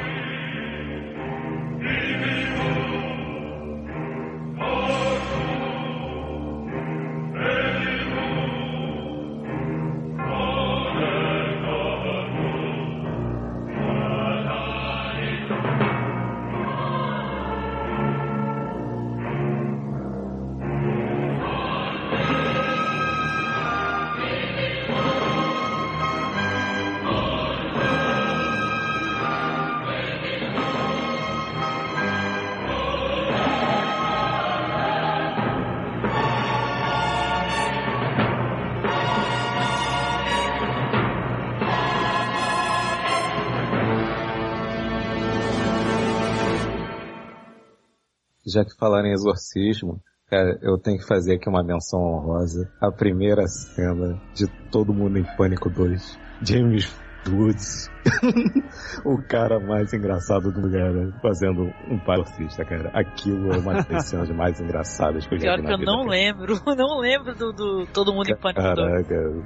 Já que falaram em exorcismo, cara, eu tenho que fazer aqui uma menção honrosa. A primeira cena de Todo Mundo em Pânico dois. James Woods. O cara mais engraçado do lugar, né? Fazendo um exorcista, cara. Aquilo é uma das cenas mais engraçadas que eu já Pior vi na que eu vida. não cara. lembro. Não lembro do, do Todo Mundo em Pânico dois. Caraca.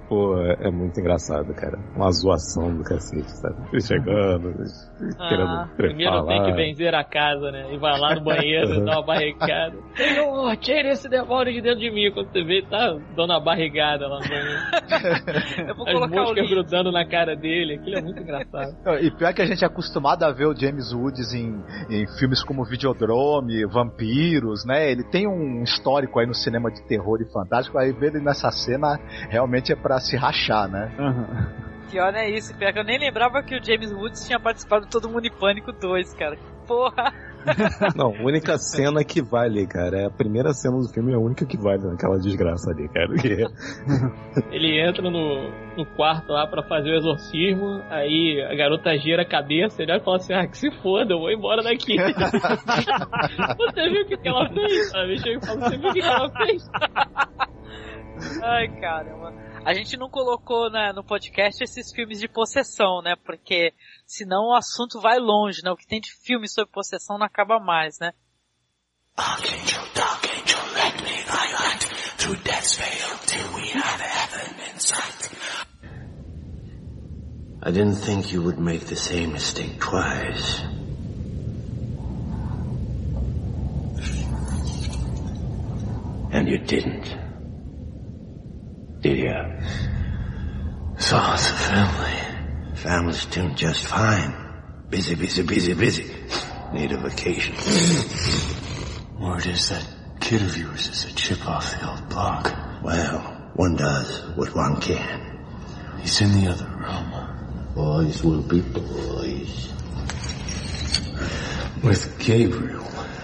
Pô, é muito engraçado, cara. Uma zoação do cacete, sabe? Ele chegando, ah, querendo primeiro tem que benzer a casa, né? E vai lá no banheiro, dá uma barrigada. Senhor, tira esse demônio de dentro de mim. Quando você vê, tá dando uma barrigada lá no banheiro. Eu vou As colocar moscas o grudando na cara dele. Aquilo é muito engraçado. E pior que a gente é acostumado a ver o James Woods em, em filmes como Videodrome, Vampiros, né? Ele tem um histórico aí no cinema de terror e fantástico. Aí ver ele nessa cena realmente é pra se rachar, né? Uhum. Pior é isso, pior que eu nem lembrava que o James Woods tinha participado do Todo Mundo em Pânico dois, cara. Porra! Não, a única cena que vale, cara, é a primeira cena do filme, é a única que vale naquela desgraça ali, cara. Ele entra no, no quarto lá pra fazer o exorcismo, aí a garota gira a cabeça, ele vai falar assim, ah, que se foda, eu vou embora daqui. Você viu o que, que ela fez? Ela chega e fala, você viu o que, que ela fez? Ai, caramba. A gente não colocou, né, no podcast esses filmes de possessão, né? Porque senão o assunto vai longe, né? O que tem de filme sobre possessão não acaba mais, né? Archangel, Dark Angel, let me thy light through death's veil till we have heaven in sight. I didn't think you would make the same mistake twice. And you didn't. Did you? So it's a family. Family's doing just fine. Busy, busy, busy, busy. Need a vacation. Word is that kid of yours is a chip off the old block. Well, one does what one can. He's in the other room. Boys will be boys. With Gabriel.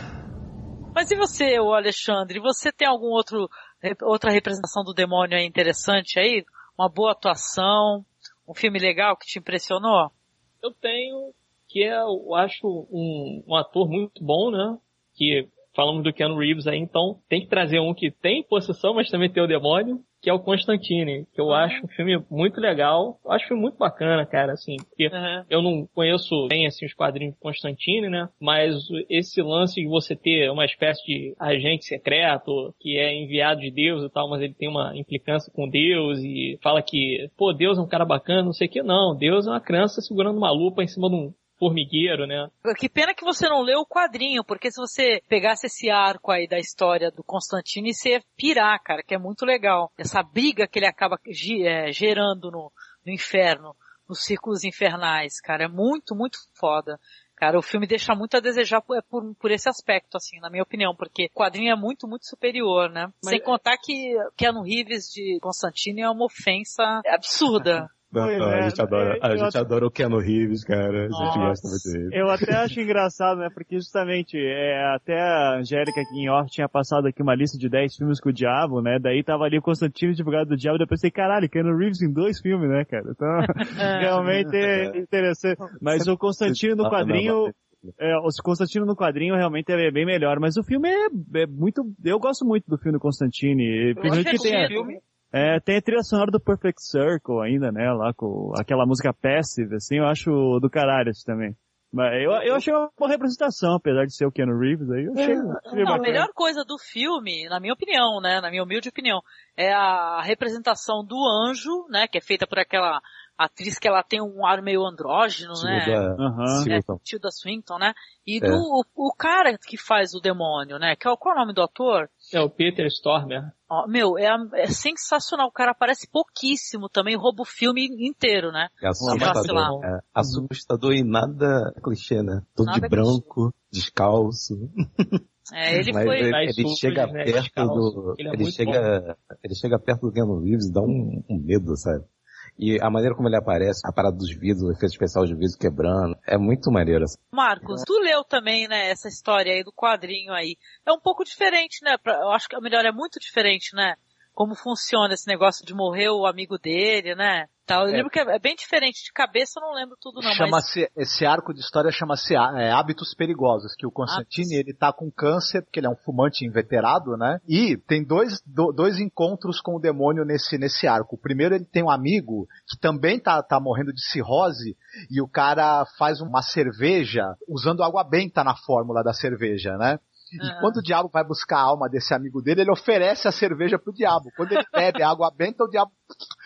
Mas e você, o Alexandre? Você tem algum outro outra representação do demônio aí interessante aí? Uma boa atuação? Um filme legal que te impressionou? Eu tenho, que é, eu acho um, um ator muito bom, né? Que falamos do Keanu Reeves aí, então tem que trazer um que tem possessão, mas também tem o demônio, que é o Constantine, que eu uhum. acho um filme muito legal. Eu acho um filme muito bacana, cara, assim, porque uhum. eu não conheço bem, assim, os quadrinhos de Constantine, né, mas esse lance de você ter uma espécie de agente secreto, que é enviado de Deus e tal, mas ele tem uma implicância com Deus e fala que, pô, Deus é um cara bacana, não sei o que, não, Deus é uma criança segurando uma lupa em cima de um formigueiro, né? Que pena que você não leu o quadrinho, porque se você pegasse esse arco aí da história do Constantine, você ia pirar, cara, que é muito legal. Essa briga que ele acaba é, gerando no, no inferno, nos círculos infernais, cara, é muito, muito foda. Cara, o filme deixa muito a desejar por, por, por esse aspecto, assim, na minha opinião, porque o quadrinho é muito, muito superior, né? Mas sem contar que Keanu Reeves de Constantine é uma ofensa absurda. Não, não, a gente, adora, a gente adora o Keanu Reeves, cara. A gente gosta muito dele. Eu até acho engraçado, né? Porque justamente, é, até a Angélica aqui em off tinha passado aqui uma lista de dez filmes com o diabo, né? Daí tava ali o Constantino, advogado do diabo, daí eu pensei, caralho, Keanu Reeves em dois filmes, né, cara? Então, realmente é interessante. Mas o Constantino no quadrinho... É, o Constantino no quadrinho realmente é bem melhor, mas o filme é, é muito... Eu gosto muito do filme do Constantine. Principalmente que tem... filme. É, tem a trilha sonora do Perfect Circle ainda, né, lá com aquela música Passive, assim, eu acho do caralho isso também. Mas eu, eu achei uma boa representação, apesar de ser o Keanu Reeves, aí eu achei... É, não, a melhor coisa do filme, na minha opinião, né, na minha humilde opinião, é a representação do anjo, né, que é feita por aquela atriz que ela tem um ar meio andrógeno, né? Uhum. É, Tilda Swinton, né? E do, é. o, o cara que faz o demônio, né? Que é, qual é o nome do ator? É o Peter Stormer. Oh, meu, é, é sensacional. O cara aparece pouquíssimo também, rouba o filme inteiro, né? É assustador, é assustador e nada clichê, né? Todo nada de branco, clichê. Descalço. É, ele Mas foi... Ele, ele chega né, perto descalço. do... Ele, é ele chega, ele chega perto do Keanu Reeves e dá um, um medo, sabe? E a maneira como ele aparece, a parada dos vidros, o efeito especial de vidro quebrando, é muito maneiro. Assim. Marcos, tu leu também, né, essa história aí do quadrinho aí. É um pouco diferente, né? Eu acho que a melhor é muito diferente, né? Como funciona esse negócio de morrer o amigo dele, né? Tal. Eu é. lembro que é bem diferente. De cabeça eu não lembro tudo não, chama-se, mas... Esse arco de história chama-se é, Hábitos Perigosos, que o Constantine, ele tá com câncer, porque ele é um fumante inveterado, né? E tem dois, do, dois encontros com o demônio nesse, nesse arco. O primeiro, ele tem um amigo que também tá, tá morrendo de cirrose, e o cara faz uma cerveja usando água benta na fórmula da cerveja, né? E uhum. quando o diabo vai buscar a alma desse amigo dele, ele oferece a cerveja pro diabo. Quando ele bebe a água benta, o diabo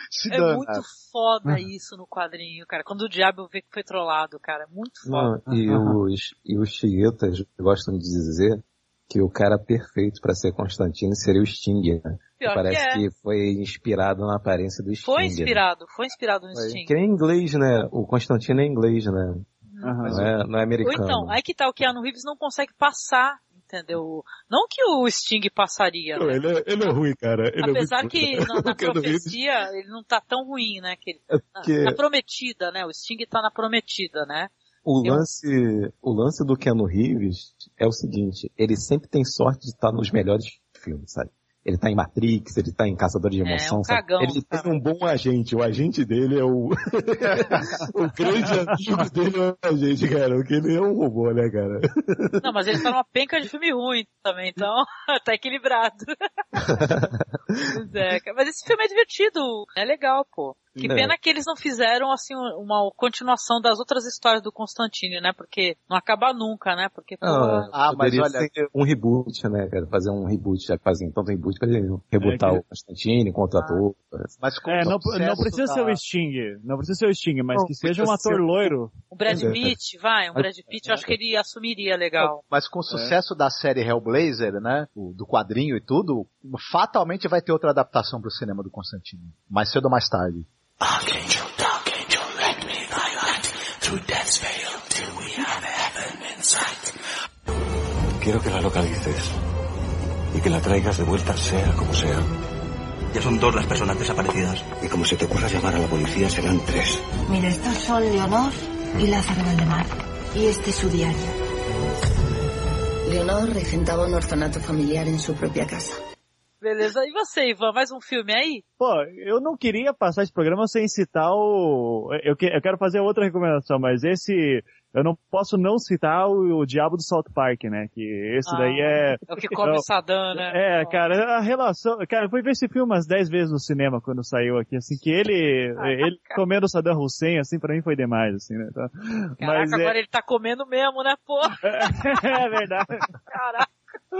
se é dana. muito foda isso no quadrinho, cara. Quando o diabo vê que foi trollado, cara. É muito foda. Não, e, os, e os chietas gostam de dizer que o cara perfeito pra ser Constantine seria o Sting, né? Pior Parece que, é. que foi inspirado na aparência do Sting. Foi inspirado, né? Foi inspirado no foi. Sting. Que é em inglês, né? O Constantine é inglês, né? Uhum. Não, é, não é americano. Ou então, aí que tá, o Keanu Reeves não consegue passar, entendeu? Não que o Sting passaria, não, né? ele, é, ele é ruim, cara. Ele Apesar é que na, na profecia ele não tá tão ruim, né? Que ele, é porque... na, na Prometida, né? O Sting tá na Prometida, né? O lance, o lance do Keanu Reeves é o seguinte, ele sempre tem sorte de estar nos melhores filmes, sabe? Ele tá em Matrix, ele tá em Caçador de Emoção, é, um cagão, ele sabe? tem um bom agente, o agente dele é o... o grande amigo dele é o agente, cara, porque ele é um robô, né, cara? Não, mas ele tá numa penca de filme ruim também, então tá equilibrado. Pois é, mas esse filme é divertido, é legal, pô. Que pena é. que eles não fizeram, assim, uma continuação das outras histórias do Constantine, né? Porque não acaba nunca, né? Porque, pô... Ah, ah mas olha... ser um reboot, né, cara? Fazer um reboot, já que fazem tanto reboot pra ele rebootar é que... o Constantine contra ah. ator. Mas com é, não, não precisa da... ser o Sting, não precisa ser o Sting, mas não, que seja um ator ser... loiro. O Brad Pitt, vai, um Brad Pitt, eu acho que ele assumiria legal. Mas com o sucesso é. da série Hellblazer, né? Do quadrinho e tudo, fatalmente vai ter outra adaptação pro cinema do Constantine. Mais cedo ou mais tarde. Archangel, Dark Angel, let me thy light through death's veil till we have heaven in sight. Quiero que la localices y que la traigas de vuelta sea como sea. Ya son dos las personas desaparecidas. Y como se te ocurra llamar a la policía serán tres. Mira, estos son Leonor y Lázaro Valdemar. Y este es su diario. Leonor regentaba un orfanato familiar en su propia casa. Beleza, e você, Ivan, mais um filme aí? Pô, eu não queria passar esse programa sem citar o... Eu, que, eu quero fazer outra recomendação, mas esse... Eu não posso não citar o, o Diabo do South Park, né? Que esse ah, daí é... É o que come o Saddam, né? É, cara, a relação... Cara, eu fui ver esse filme umas dez vezes no cinema quando saiu aqui, assim, que ele... Ah, ele cara. comendo o Saddam Hussein, assim, pra mim foi demais, assim, né? Então, Caraca, mas, agora é... ele tá comendo mesmo, né, pô? É verdade. Caraca.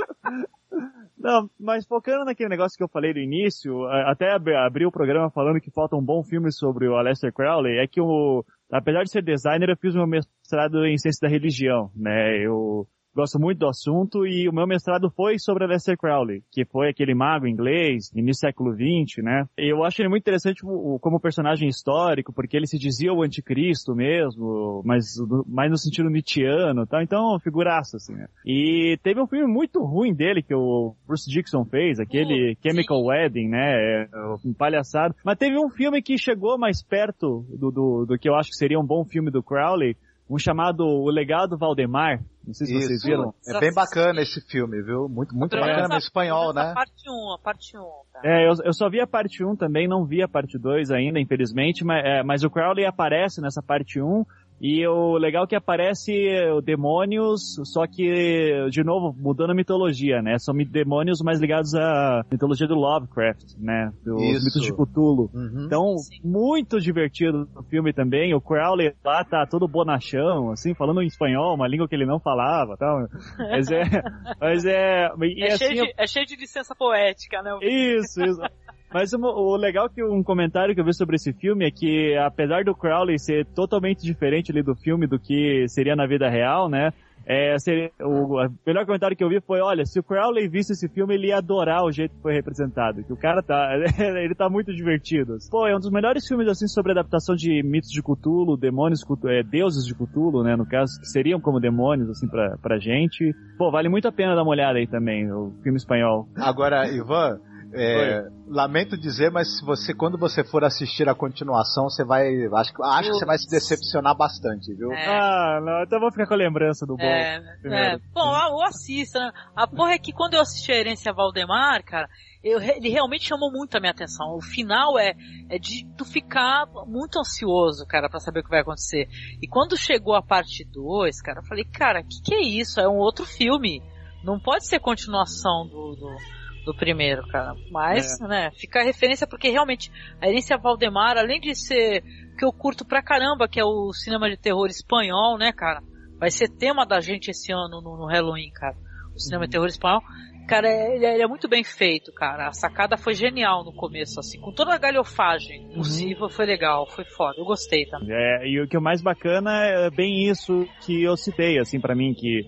Não, mas focando naquele negócio que eu falei no início, até abri o programa falando que falta um bom filme sobre o Aleister Crowley, é que o, apesar de ser designer, eu fiz meu mestrado em ciência da religião, né? Eu gosto muito do assunto e o meu mestrado foi sobre Aleister Crowley, que foi aquele mago inglês, início do século vinte, né? E eu acho ele muito interessante como personagem histórico, porque ele se dizia o anticristo mesmo, mas mais no sentido nietzschiano e tal, então figuraça, assim, né? E teve um filme muito ruim dele que o Bruce Dickinson fez, aquele oh, Chemical sim. Wedding, né? Um palhaçado. Mas teve um filme que chegou mais perto do, do, do que eu acho que seria um bom filme do Crowley, um chamado O Legado Valdemar. Não sei se Isso. vocês viram. É bem bacana esse filme, viu? Muito, muito é. bacana em espanhol, né? A parte um, a parte um. Tá? É, eu, eu só vi a parte um também, não vi a parte dois ainda, infelizmente, mas, é, mas o Crowley aparece nessa parte um. E o legal é que aparece o demônios, só que, de novo, mudando a mitologia, né? São demônios mais ligados à mitologia do Lovecraft, né? Dos Isso. mitos de Cthulhu. Uhum. Então, Sim. muito divertido o filme também. O Crowley lá tá todo bonachão, assim, falando em espanhol, uma língua que ele não falava e tal. Mas é... Mas é, e é, assim, cheio de, é cheio de licença poética, né? Isso, isso. Mas o, o legal que um comentário que eu vi sobre esse filme é que, apesar do Crowley ser totalmente diferente ali do filme do que seria na vida real, né? É, seria, o, o melhor comentário que eu vi foi, olha, se o Crowley visse esse filme, ele ia adorar o jeito que foi representado. Que o cara tá, ele tá muito divertido. Pô, é um dos melhores filmes, assim, sobre adaptação de mitos de Cthulhu, demônios, é, deuses de Cthulhu, né, no caso, que seriam como demônios, assim, pra, pra gente. Pô, vale muito a pena dar uma olhada aí também, o filme espanhol. Agora, Ivan... É, lamento dizer, mas se você, quando você for assistir a continuação, você vai, acho, acho que você vai se decepcionar bastante, viu? É. Ah, não, então eu vou ficar com a lembrança do bom. É, é. Bom, eu assisto, né? A porra é que quando eu assisti a Herência Valdemar, cara, eu, ele realmente chamou muito a minha atenção. O final é, é de tu ficar muito ansioso, cara, pra saber o que vai acontecer. E quando chegou a parte dois, cara, eu falei, cara, que que é isso? É um outro filme. Não pode ser continuação do... do... do primeiro, cara. Mas, é. né, fica a referência porque realmente a Herência Valdemar, além de ser que eu curto pra caramba, que é o cinema de terror espanhol, né, cara, vai ser tema da gente esse ano no, no Halloween, cara. O cinema uhum. de terror espanhol. cara, ele é, ele é muito bem feito, cara. A sacada foi genial no começo, assim, com toda a galhofagem possível, uhum. Foi legal, foi foda, eu gostei também. É, e o que é mais bacana é bem isso que eu citei, assim, pra mim, que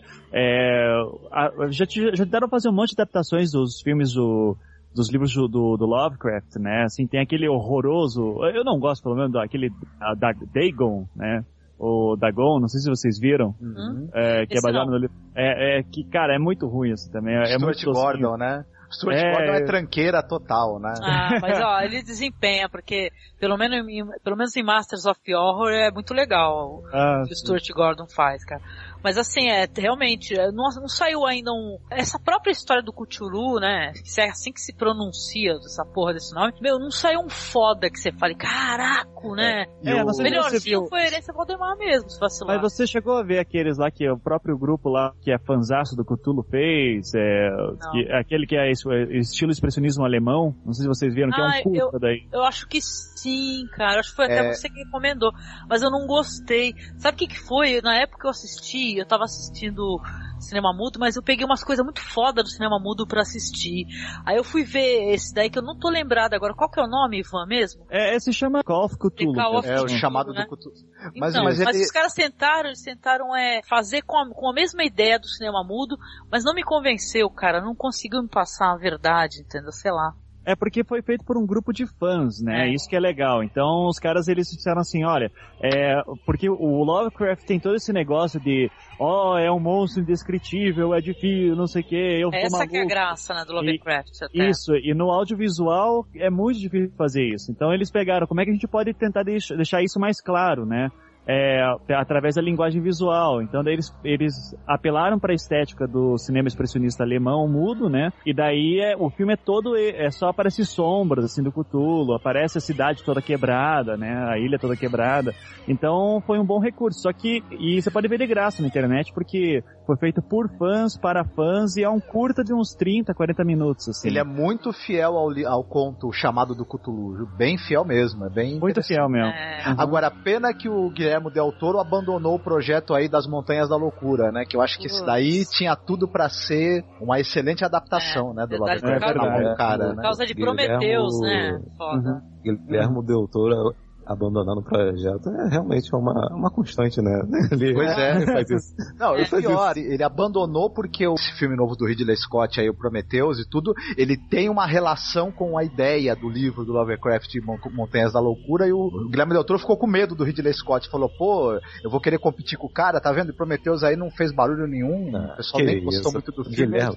é, a, já, já tentaram fazer um monte de adaptações dos filmes do... dos livros do, do, do Lovecraft, né, assim, tem aquele horroroso, eu não gosto pelo menos daquele da Dagon, né, o Dagon, não sei se vocês viram, uhum. é, que Esse é baseado não. no livro, é, é que, cara, é muito ruim isso também, é, é muito Gordon, né? Stuart é... Gordon é tranqueira total, né? Ah, mas ó, ele desempenha, porque pelo menos em, pelo menos em Masters of Horror é muito legal ah, o que o Stuart sim. Gordon faz, cara. Mas assim, é realmente, não, não saiu ainda um... Essa própria história do Cthulhu, né? Que é assim que se pronuncia essa porra desse nome. Meu, não saiu um foda que você fale, caraca, né? É, é, o melhorzinho foi Herência Valdemar mesmo, se vacilar. Mas você chegou a ver aqueles lá que o próprio grupo lá, que é fanzaço do Cthulhu fez, é, que, aquele que é estilo expressionismo alemão, não sei se vocês viram, que ah, é um culto eu, daí. Eu acho que sim, cara. Acho que foi até é... você que recomendou. Mas eu não gostei. Sabe o que que foi? Na época que eu assisti, eu tava assistindo cinema mudo, mas eu peguei umas coisas muito foda do cinema mudo pra assistir. Aí eu fui ver esse daí que eu não tô lembrado agora. Qual que é o nome, Ivan, mesmo? É, se chama Call of Cthulhu. Call of é Cthulhu, o chamado né? do Cthulhu. Mas, então, mas, mas ele... os caras tentaram, eles tentaram é, fazer com a, com a mesma ideia do cinema mudo, mas não me convenceu, cara. Não conseguiu me passar a verdade, entendeu? Sei lá. É porque foi feito por um grupo de fãs, né? É. Isso que é legal. Então, os caras, eles disseram assim, olha, é, porque o Lovecraft tem todo esse negócio de, ó, oh, é um monstro indescritível, é difícil, não sei o quê, eu Essa maluco. que é a graça, né, do Lovecraft. E, até. Isso, e no audiovisual é muito difícil fazer isso. Então, eles pegaram, como é que a gente pode tentar deix- deixar isso mais claro, né? É, através da linguagem visual. Então daí eles, eles apelaram para a estética do cinema expressionista alemão mudo, né? E daí é, o filme é todo, é só aparece sombras assim do Cthulhu, aparece a cidade toda quebrada, né? A ilha toda quebrada. Então foi um bom recurso. Só que, e você pode ver de graça na internet, porque foi feito por fãs, para fãs, e é um curta de uns trinta, quarenta minutos, assim. Ele é muito fiel ao, ao conto chamado do Cthulhu, bem fiel mesmo, é bem muito fiel mesmo. É. Uhum. Agora, pena que o Guilherme Del Toro abandonou o projeto aí das Montanhas da Loucura, né? Que eu acho que isso daí tinha tudo pra ser uma excelente adaptação, é, né? Do Lovecraft é, na mão, cara, por né? causa de Prometheus, né? Foda. Uhum. Guilherme Del Toro abandonando o projeto é realmente uma, uma constante, né? Ele pois é. faz isso. Não, é pior, isso. Ele abandonou porque o filme novo do Ridley Scott aí, o Prometheus e tudo, ele tem uma relação com a ideia do livro do Lovecraft, Montanhas da Loucura, e o Guilherme Del Toro ficou com medo do Ridley Scott, falou, pô, eu vou querer competir com o cara, tá vendo? E Prometheus aí não fez barulho nenhum, o pessoal nem gostou muito do filme. Guilherme.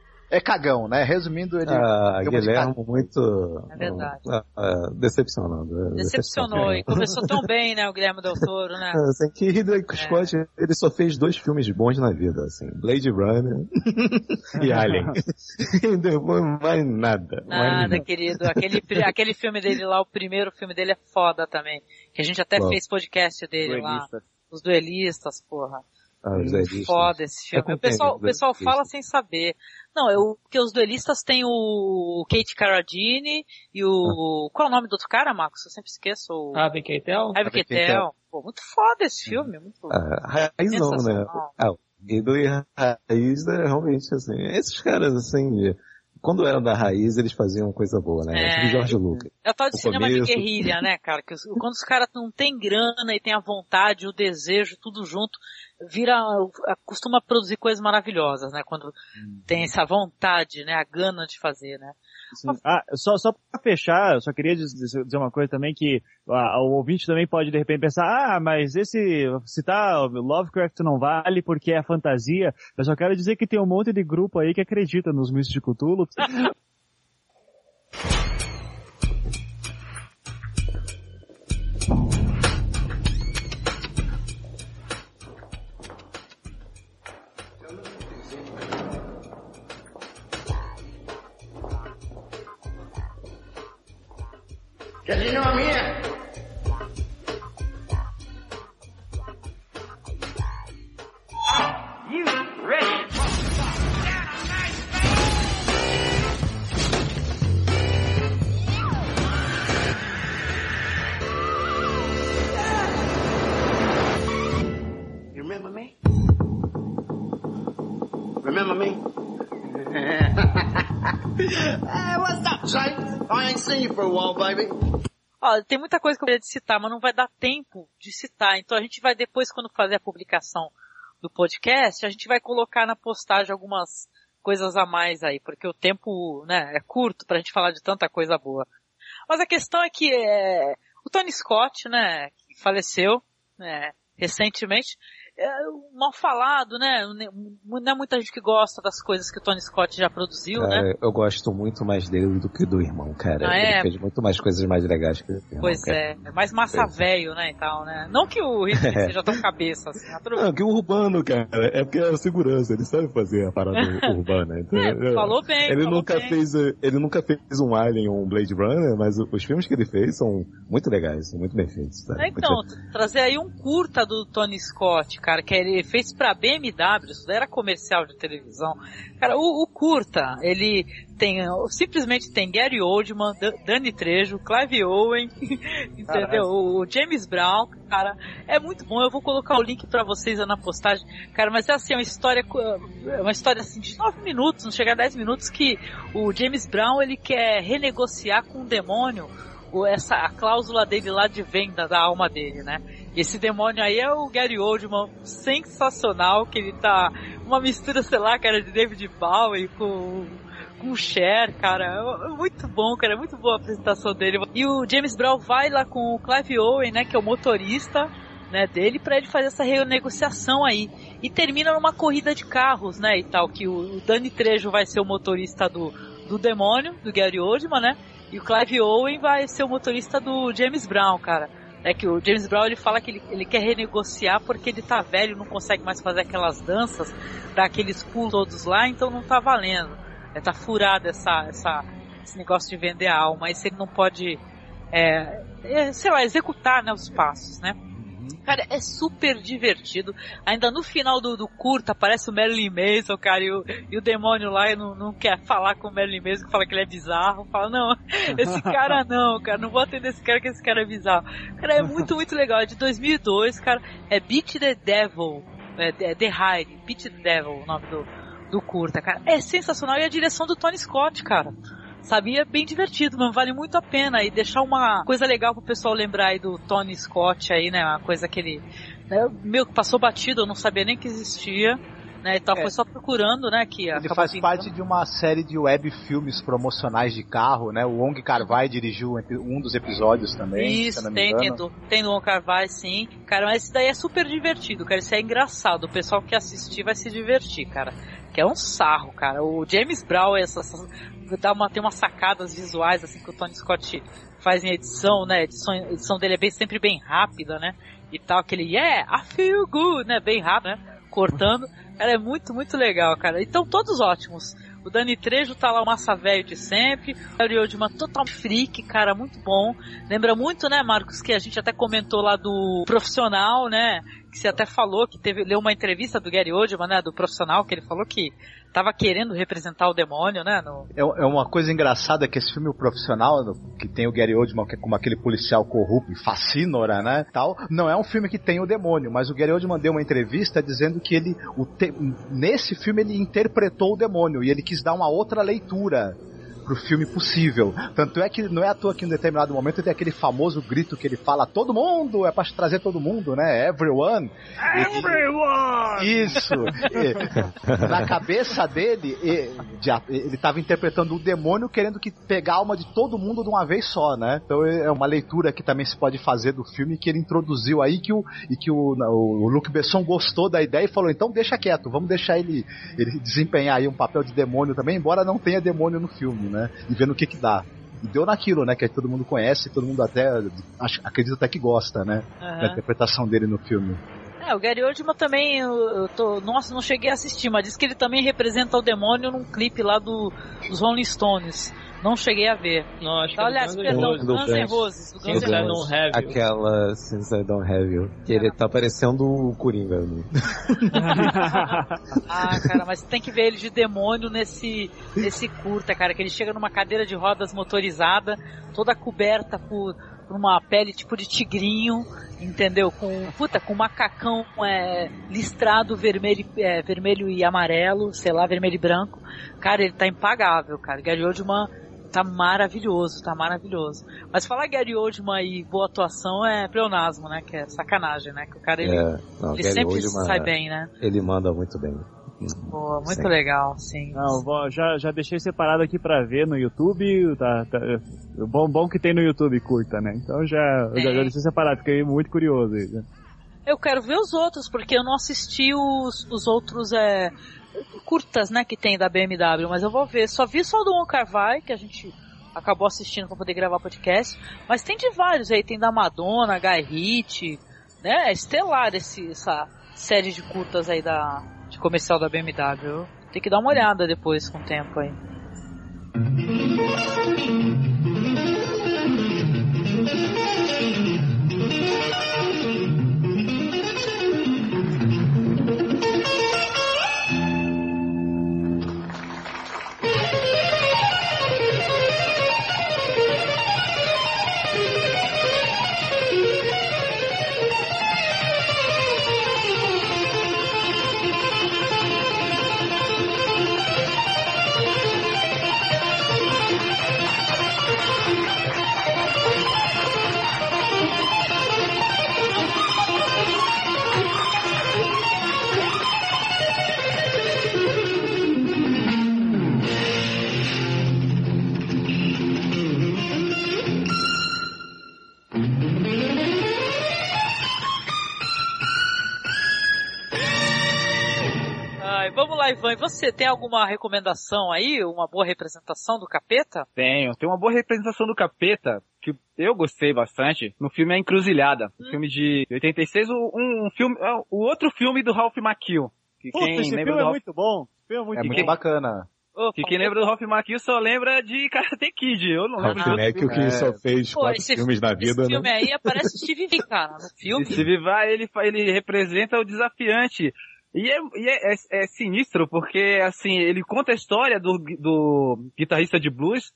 É cagão, né? Resumindo, ele... Ah, Guilherme muito... É verdade. Ah, ah, decepcionando. Decepcionou, e começou tão bem, né, o Guilherme Del Toro, né? Assim, que Ridley Scott, é. ele só fez dois filmes bons na vida, assim, Blade Runner e Alien. E depois mais nada. Nada, mais nada. querido. Aquele, aquele filme dele lá, o primeiro filme dele é foda também. Que a gente até Bom. fez podcast dele Duelistas. lá. Os duelistas, porra. Ah, os duelistas. Foda esse filme. O pessoal, o pessoal fala sem saber. Não, eu, porque os duelistas tem o Kate Carradine e o... Ah. Qual é o nome do outro cara, Marcos? Eu sempre esqueço. O... Harvey Keitel. Harvey Keitel. Pô, muito foda esse filme. Muito ah, raizão, né? Ah, e do Raiz é realmente assim. Esses caras, assim... Quando eram da Raiz, eles faziam coisa boa, né? É, tipo Jorge Lucas. É o tal de o cinema começo... de guerrilha, né, cara? Que os, quando os caras não têm grana e têm a vontade, o desejo, tudo junto, vira, costuma produzir coisas maravilhosas, né? Quando hum. tem essa vontade, né? A gana de fazer, né? Sim. Ah, só, só pra fechar, eu só queria dizer, dizer uma coisa também que ah, o ouvinte também pode de repente pensar, ah, mas esse, citar Lovecraft não vale porque é fantasia. Eu só quero dizer que tem um monte de grupo aí que acredita nos mitos de Cthulhu. Does he know I'm here? Are you ready? You remember me? Remember me? Hey, what's up, Jake? I ain't seen you for a while, baby. Ó, tem muita coisa que eu queria citar, mas não vai dar tempo de citar. Então a gente vai depois, quando fazer a publicação do podcast, a gente vai colocar na postagem algumas coisas a mais aí, porque o tempo, né, é curto pra gente falar de tanta coisa boa. Mas a questão é que é, o Tony Scott, né, que faleceu, né, recentemente, é mal falado, né? Não é muita gente que gosta das coisas que o Tony Scott já produziu, cara, né? Eu gosto muito mais dele do que do irmão, cara. Ah, é? Ele fez muito mais coisas mais legais que o irmão. Pois cara. é, é mais massa velho, né, e tal, né? Não que o Ridley é. seja tão cabeça, assim. Não, que o urbano, cara, é porque é a segurança, ele sabe fazer a parada urbana. Então, é, falou bem, ele falou nunca bem. fez, ele nunca fez um Alien ou um Blade Runner, mas os filmes que ele fez são muito legais, são muito bem feitos. Tá? É, então, muito... trazer aí um curta do Tony Scott, cara, que ele fez pra B M W, isso daí era comercial de televisão. Cara, o, o curta, ele tem, simplesmente tem Gary Oldman, D- Danny Trejo, Clive Owen, entendeu? O, o James Brown, cara, é muito bom. Eu vou colocar o link pra vocês na postagem, cara, mas é assim, é uma história, uma história assim de nove minutos, não chega a dez minutos, que o James Brown, ele quer renegociar com o demônio essa, a cláusula dele lá de venda da alma dele, né? Esse demônio aí é o Gary Oldman, sensacional, que ele tá uma mistura, sei lá, cara, de David Bowie com, com Cher, cara, é muito bom, cara, é muito boa a apresentação dele. E o James Brown vai lá com o Clive Owen, né, que é o motorista, né, dele, pra ele fazer essa renegociação aí. E termina numa corrida de carros, né, e tal, que o, o Danny Trejo vai ser o motorista do, do demônio, do Gary Oldman, né, e o Clive Owen vai ser o motorista do James Brown, cara. É que o James Brown, ele fala que ele, ele quer renegociar porque ele tá velho, não consegue mais fazer aquelas danças, dar aqueles pulos todos lá, então não tá valendo. É, tá furado essa, essa, esse negócio de vender a alma, mas ele não pode, é, é, sei lá, executar, né, os passos, né? Cara, é super divertido. Ainda no final do, do curta aparece o Marilyn Manson, cara, e o, e o demônio lá não, não quer falar com o Marilyn Manson, que fala que ele é bizarro. Fala, não, esse cara não, cara, não vou atender esse cara, que esse cara é bizarro. Cara, é muito, muito legal. É de dois mil e dois, cara. É Beat the Devil, é, é The Hide, Beat the Devil, o nome do, do curta, cara. É sensacional. E a direção do Tony Scott, cara. Sabe, é bem divertido, mas vale muito a pena. E deixar uma coisa legal pro pessoal lembrar aí do Tony Scott aí, né? Uma coisa que ele, né, meio que passou batido, eu não sabia nem que existia, né? E tal, é. Foi só procurando, né? Que ele faz pintando. Parte de uma série de web filmes promocionais de carro, né? O Wong Kar-wai dirigiu um dos episódios também. Isso, tem, tem, do, tem do Wong Kar-wai, sim. Cara, mas esse daí é super divertido, cara. Isso é engraçado. O pessoal que assistir vai se divertir, cara. Que é um sarro, cara. O James Brown, essa, essa, dá uma, tem umas sacadas visuais, assim, que o Tony Scott faz em edição, né? A edição, a edição dele é bem, sempre bem rápida, né? E tal, aquele, yeah, I feel good, né? Bem rápido, né? Cortando. Cara, é muito, muito legal, cara. Então, todos ótimos. O Danny Trejo tá lá, o massa velho de sempre. O Gary Oldman total freak, cara, muito bom. Lembra muito, né, Marcos, que a gente até comentou lá do Profissional, né? Que você até falou, que teve, leu uma entrevista do Gary Oldman, né, do Profissional, que ele falou que tava querendo representar o demônio, né? No... É, é uma coisa engraçada que esse filme, O Profissional, que tem o Gary Oldman, que é como aquele policial corrupto, fascínora, né, tal, não é um filme que tem o demônio, mas o Gary Oldman deu uma entrevista dizendo que ele, o te... nesse filme ele interpretou o demônio, e ele quis dar uma outra leitura pro filme possível. Tanto é que não é à toa que em um determinado momento tem aquele famoso grito que ele fala, todo mundo, é pra trazer todo mundo, né? Everyone. Everyone! E, isso. E, na cabeça dele, ele estava interpretando o demônio querendo que pegar a alma de todo mundo de uma vez só, né? Então é uma leitura que também se pode fazer do filme que ele introduziu aí que o, e que o, o Luc Besson gostou da ideia e falou, então deixa quieto, vamos deixar ele, ele desempenhar aí um papel de demônio também, embora não tenha demônio no filme, né? E vendo o que que dá. E deu naquilo, né? Que todo mundo conhece, todo mundo até acho, acredita até que gosta, né? Uhum. Da interpretação dele no filme. É, o Gary Oldman também, eu, eu tô, nossa, não cheguei a assistir, mas diz que ele também representa o demônio num clipe lá do, dos Rolling Stones. Não cheguei a ver. Não, acho então, que aliás, perdão, do Guns N' Roses. Do Guns N' Roses. Aquela Since I Don't Have You. Que ele tá parecendo o Coringa. Né? Ah, cara, mas tem que ver ele de demônio nesse, nesse curta, cara. Que ele chega numa cadeira de rodas motorizada, toda coberta por, por uma pele tipo de tigrinho, entendeu? Com, puta, com macacão é, listrado vermelho, é, vermelho e amarelo, sei lá, vermelho e branco. Cara, ele tá impagável, cara. Gary Oldman tá maravilhoso, tá maravilhoso. Mas falar Gary Oldman e boa atuação é pleonasmo, né? Que é sacanagem, né? Que o cara, ele, é, não, ele Gary sempre Oldman, sai bem, né? Ele manda muito bem. Pô, muito Sim. legal, sim. Não, vou, já, já deixei separado aqui pra ver no YouTube, tá, tá, bom, bom que tem no YouTube curta, né? Então já, é. já, já deixei separado, fiquei muito curioso aí. Né? Eu quero ver os outros, porque eu não assisti os, os outros é, curtas, né, que tem da B M W, mas eu vou ver. Só vi só do Wong Kar-wai, que a gente acabou assistindo pra poder gravar podcast, mas tem de vários aí, tem da Madonna, Guy Ritchie, né? É estelar esse, essa série de curtas aí da, de comercial da B M W. Tem que dar uma olhada depois com o tempo aí. Vamos lá, Ivan, e você tem alguma recomendação aí? Uma boa representação do Capeta? Tenho, tem uma boa representação do Capeta, que eu gostei bastante, no filme A Encruzilhada, um hum. filme de oitenta e seis, um, um filme, o outro filme do Ralph Macchio. Que Puta, quem esse lembra filme do é Ralph... muito bom, filme é muito, é muito bom. bacana. Oh, que quem lembra do Ralph Macchio só lembra de Karate Kid, eu não lembro Ralph de Macchio que é. só fez Pô, quatro esse, filmes na vida, esse né? filme aí aparece o Steve Vai, cara, no filme. O Steve Vai, ele, ele representa o desafiante. E, é, e é, é, é sinistro, porque, assim, ele conta a história do, do guitarrista de blues,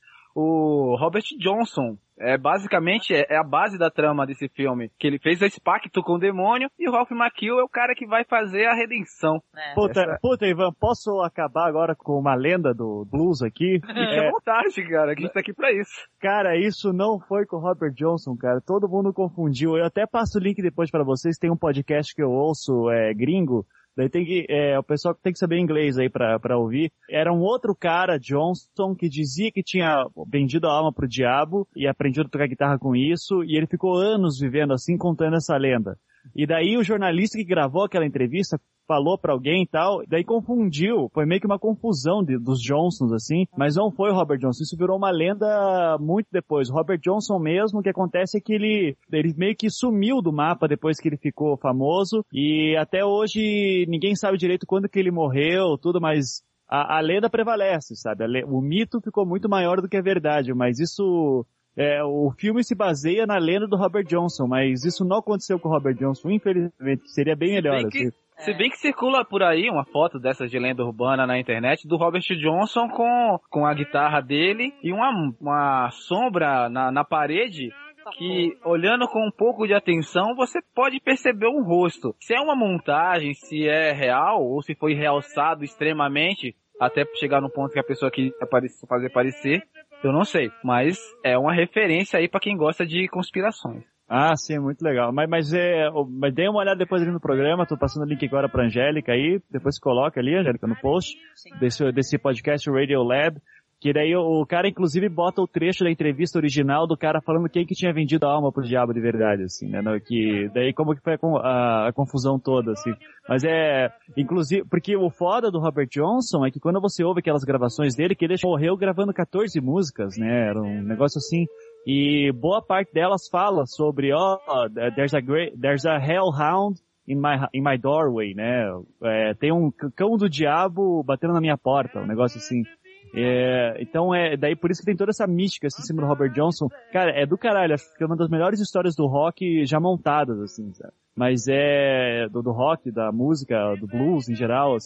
o Robert Johnson. É, basicamente, é, é a base da trama desse filme. Que ele fez esse pacto com o demônio, e o Ralph Macchio é o cara que vai fazer a redenção. É. Puta, Essa... puta, Ivan, posso acabar agora com uma lenda do blues aqui? Fique à vontade, cara, que a gente tá aqui pra isso. Cara, isso não foi com o Robert Johnson, cara. Todo mundo confundiu. Eu até passo o link depois pra vocês. Tem um podcast que eu ouço, é, gringo. Daí tem que, é, o pessoal tem que saber inglês aí pra, pra ouvir. Era um outro cara, Johnston, que dizia que tinha vendido a alma pro diabo e aprendido a tocar guitarra com isso, e ele ficou anos vivendo assim, contando essa lenda. E daí o jornalista que gravou aquela entrevista falou pra alguém e tal, daí confundiu, foi meio que uma confusão de, dos Johnsons, assim, mas não foi o Robert Johnson, isso virou uma lenda muito depois. O Robert Johnson mesmo, o que acontece é que ele, ele meio que sumiu do mapa depois que ele ficou famoso, e até hoje ninguém sabe direito quando que ele morreu, tudo, mas a, a lenda prevalece, sabe? Le, o mito ficou muito maior do que a verdade, mas isso... É, o filme se baseia na lenda do Robert Johnson, mas isso não aconteceu com o Robert Johnson, infelizmente, seria bem melhor. Se bem que, assim. se bem que circula por aí uma foto dessas de lenda urbana na internet do Robert Johnson com, com a guitarra dele e uma, uma sombra na, na parede que, olhando com um pouco de atenção, você pode perceber um rosto. Se é uma montagem, se é real ou se foi realçado extremamente até chegar no ponto que a pessoa queria fazer parecer, eu não sei, mas é uma referência aí pra quem gosta de conspirações. Ah, sim, muito legal. Mas, mas, é, mas dê uma olhada depois ali no programa, tô passando o link agora pra Angélica aí, depois coloca ali, Angélica, no post, desse, desse podcast Radio Lab, que daí o, o cara inclusive bota o trecho da entrevista original do cara falando quem que tinha vendido a alma pro diabo de verdade, assim, né, no, que, daí como que foi a, a, a confusão toda, assim. Mas é, inclusive, porque o foda do Robert Johnson é que quando você ouve aquelas gravações dele, que ele morreu gravando quatorze músicas, né, era um negócio assim, e boa parte delas fala sobre, ó, oh, there's a great, there's a hellhound in my, in my doorway, né, é, tem um cão do diabo batendo na minha porta, um negócio assim. É, então é daí por isso que tem toda essa mística assim, em cima do Robert Johnson. Cara, é do caralho, acho que é uma das melhores histórias do rock já montadas, assim, sabe? Mas é do, do rock, da música, do blues em geral, assim.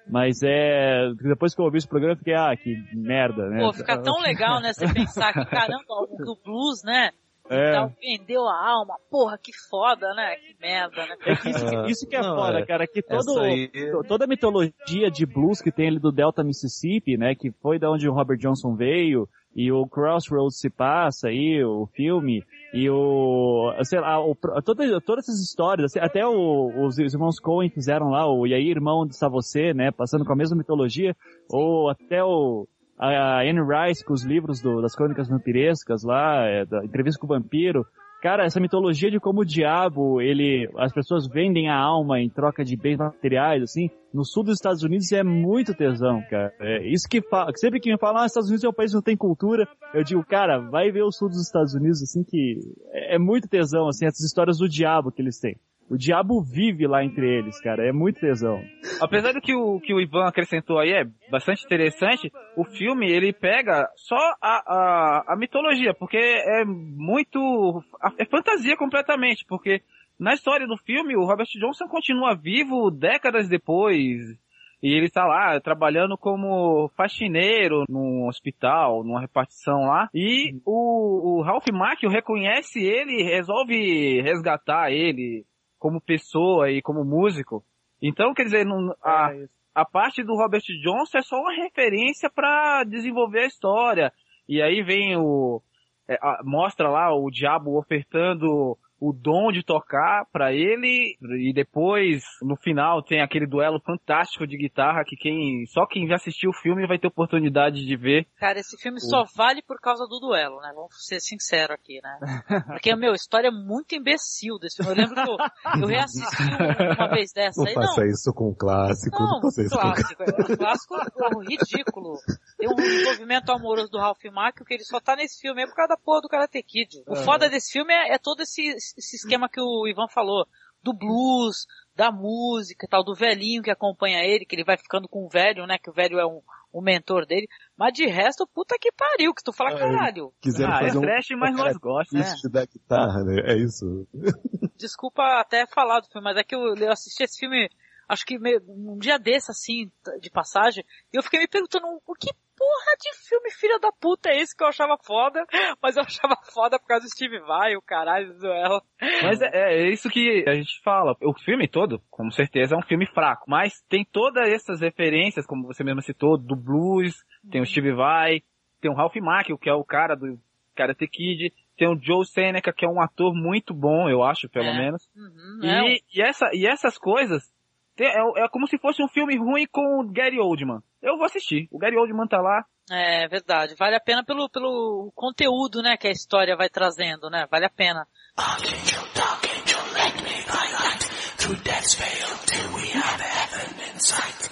Mas é... Depois que eu ouvi esse programa, eu fiquei, ah, que merda, né? Pô, fica tão legal, né? Você pensar que, caramba, o do blues, né? É. Então, vendeu a alma, porra, que foda, né? Que merda, né? É que isso, que, isso que é Não, foda, é. cara, que todo, Aí... toda a mitologia de blues que tem ali do Delta Mississippi, né, que foi da onde o Robert Johnson veio, e o Crossroads se passa aí, o filme, e o, sei lá, o, toda, todas essas histórias, assim, até o, os irmãos Coen fizeram lá, o E aí, Irmão de Você, né, passando com a mesma mitologia, ou até o, a Anne Rice com os livros do, das Crônicas Vampirescas lá, é, da Entrevista com o Vampiro. Cara, essa mitologia de como o diabo, ele, as pessoas vendem a alma em troca de bens materiais, assim, no sul dos Estados Unidos é muito tesão, cara. É isso que fala, sempre que me falam, ah, Estados Unidos é um país que não tem cultura, eu digo, cara, vai ver o sul dos Estados Unidos, assim, que é, é muito tesão, assim, essas histórias do diabo que eles têm. O diabo vive lá entre eles, cara, é muito tesão. Apesar do que o, que o Ivan acrescentou aí, é bastante interessante, o filme, ele pega só a, a, a mitologia, porque é muito... é fantasia completamente, porque na história do filme, o Robert Johnson continua vivo décadas depois, e ele tá lá trabalhando como faxineiro num hospital, numa repartição lá, e o, o Ralph Macchio reconhece ele, resolve resgatar ele como pessoa e como músico. Então, quer dizer, não, a, a parte do Robert Johnson é só uma referência para desenvolver a história. E aí vem o... É, a, mostra lá o diabo ofertando o dom de tocar pra ele, e depois, no final, tem aquele duelo fantástico de guitarra que quem, só quem já assistiu o filme vai ter oportunidade de ver. Cara, esse filme só vale por causa do duelo, né? Vamos ser sinceros aqui, né? Porque, meu, a história é muito imbecil desse filme. Eu lembro que eu, eu reassisti uma vez dessa não aí. Faça Não, isso com o clássico. não, Não faça isso clássico. com O clássico é ridículo. Tem um envolvimento amoroso do Ralph Macchio que ele só tá nesse filme aí por causa da porra do Karate Kid. O foda desse filme é, é todo esse, esse esquema que o Ivan falou, do blues, da música e tal, do velhinho que acompanha ele, que ele vai ficando com o velho, né, que o velho é um, um mentor dele, mas de resto, puta que pariu, que tu fala, caralho. Quiseram ah, fazer é um trash, mas nós gostamos. Isso da guitarra, né? É isso. Desculpa até falar do filme, mas é que eu, eu assisti esse filme, acho que meio, um dia desse, assim, de passagem, e eu fiquei me perguntando, o que porra de filme filha da puta é esse que eu achava foda, mas eu achava foda por causa do Steve Vai, o caralho do duelo. Mas é, é isso que a gente fala. O filme todo, com certeza, é um filme fraco, mas tem todas essas referências, como você mesmo citou, do blues, tem o Steve Vai, tem o Ralph Macchio, que é o cara do Karate Kid, tem o Joe Seneca, que é um ator muito bom, eu acho, pelo é. menos. Uhum, e, é. e, essa, e essas coisas, é, é como se fosse um filme ruim com o Gary Oldman. Eu vou assistir. O Gary Oldman tá lá. É verdade. Vale a pena pelo, pelo conteúdo, né, que a história vai trazendo, né? Vale a pena. Archangel, Dark Angel, let me highlight through death's veil till we have heaven in sight.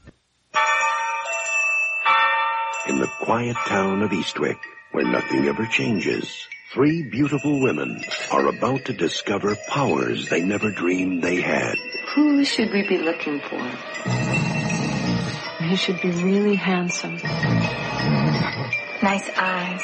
In the quiet town of Eastwick, where nothing ever changes, three beautiful women are about to discover powers they never dreamed they had. Who should we be looking for? He should be really handsome. Nice eyes.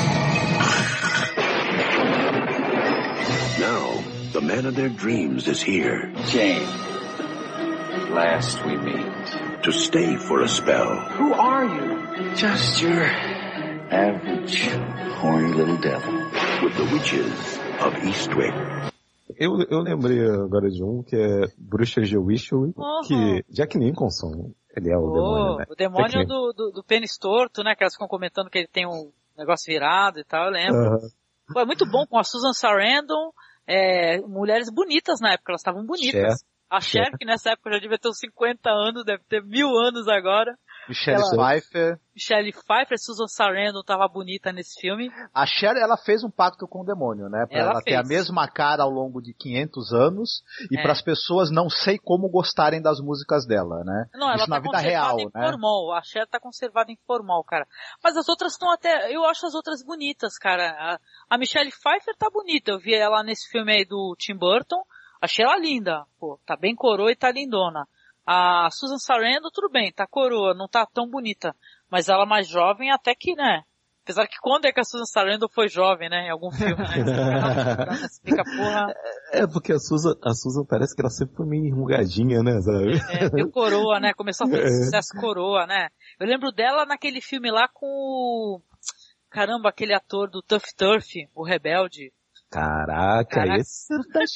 Now, the man of their dreams is here. Jane, at last we meet. To stay for a spell. Who are you? Just your average horny little devil. With the witches of Eastwick. Eu, eu lembrei agora de um que é Bruxas de Wishwick, uhum. que Jack Nicholson, ele é o oh, demônio, né? O demônio do, do, do pênis torto, né? Que elas ficam comentando que ele tem um negócio virado e tal, eu lembro. Uhum. Pô, é muito bom com a Susan Sarandon, é, mulheres bonitas na época, elas estavam bonitas. Cher. A Cher, Cher, que nessa época já devia ter uns cinquenta anos, deve ter mil anos agora. Michelle ela... Pfeiffer. Michelle Pfeiffer, Susan Sarandon tava bonita nesse filme. A Cher, ela fez um pacto com o demônio, né? Pra ela, ela ter a mesma cara ao longo de quinhentos anos e é. para as pessoas não sei como gostarem das músicas dela, né? Não, ela Isso tá na vida real, em né? Formal. A Cher tá conservada em formal, cara. Mas as outras estão até... Eu acho as outras bonitas, cara. A, a Michelle Pfeiffer tá bonita. Eu vi ela nesse filme aí do Tim Burton. Achei ela linda. Pô, tá bem coroa e tá lindona. A Susan Sarandon, tudo bem, tá coroa, não tá tão bonita. Mas ela mais jovem até que, né? Apesar que quando é que a Susan Sarandon foi jovem, né? Em algum filme, né? Você fica, porra... É, porque a Susan, a Susan parece que ela sempre foi meio enrugadinha, né? Sabe? É, deu coroa, né? Começou a fazer é. sucesso coroa, né? Eu lembro dela naquele filme lá com o... Caramba, aquele ator do Tough Turf, o Rebelde. Caraca, Caraca. esse...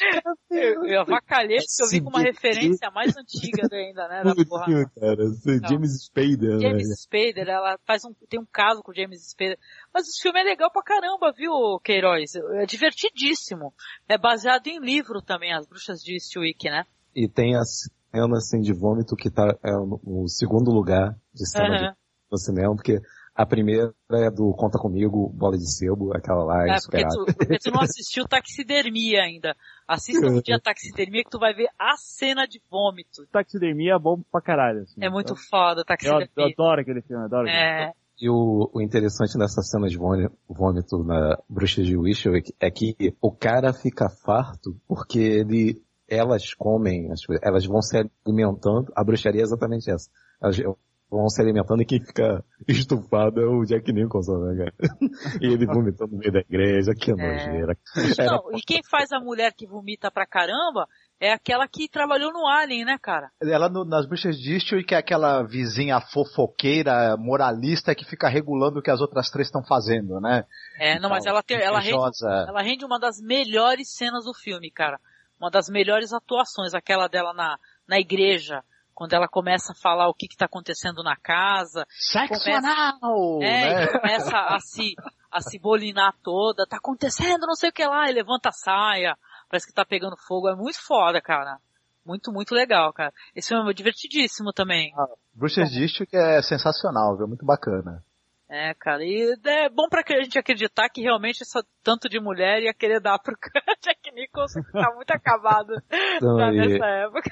eu, eu avacalhei porque eu vi com uma referência mais antiga ainda, né? Da porra. Cara, James Spader. James né? Spader, ela faz um, tem um caso com o James Spader. Mas esse filme é legal pra caramba, viu, Queiroz? É divertidíssimo. É baseado em livro também, As Bruxas de Eastwick, né? E tem a cena, assim, de vômito que tá é, no, no segundo lugar de cena uhum. de, no cinema, porque... A primeira é do Conta Comigo, Bola de Sebo, aquela lá é, porque tu, porque tu não assistiu Taxidermia ainda. Assista um dia Taxidermia que tu vai ver a cena de vômito. Taxidermia é bom pra caralho. Assim. É muito eu, foda, Taxidermia. Eu, eu adoro aquele filme, adoro é. aquele filme. E o, o interessante nessa cena de vômito na Bruxa de Eastwick é que o cara fica farto porque ele, elas comem, elas vão se alimentando, a bruxaria é exatamente essa. Elas, vão se alimentando e quem fica estufado é o Jack Nicholson, né, cara? E ele vomitando no meio da igreja, que nojeira. É. Não, e quem faz a mulher que vomita pra caramba é aquela que trabalhou no Alien, né, cara? Ela no, nas Bruxas de Eastwick, que é aquela vizinha fofoqueira, moralista, que fica regulando o que as outras três estão fazendo, né? É, não, então, mas ela, tem, ela, rende, ela rende uma das melhores cenas do filme, cara. Uma das melhores atuações, aquela dela na, na igreja. Quando ela começa a falar o que está acontecendo na casa. Sexo começa, anal! É, né? e começa a se, a se bolinar toda. Tá acontecendo não sei o que lá. E levanta a saia. Parece que tá pegando fogo. É muito foda, cara. Muito, muito legal, cara. Esse filme é divertidíssimo também. Ah, Bruxas de Eastwick é sensacional, viu? Muito bacana. É, cara. E é bom pra a gente acreditar que realmente esse tanto de mulher ia querer dar pro Jack Nicholson, que tá muito acabado então, já e... nessa época.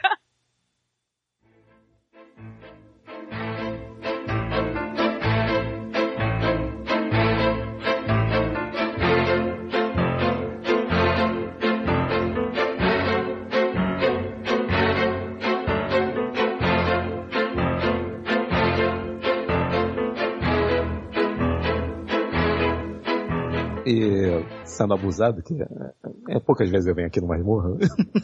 E sendo abusado, que é, é poucas vezes eu venho aqui no Masmorra,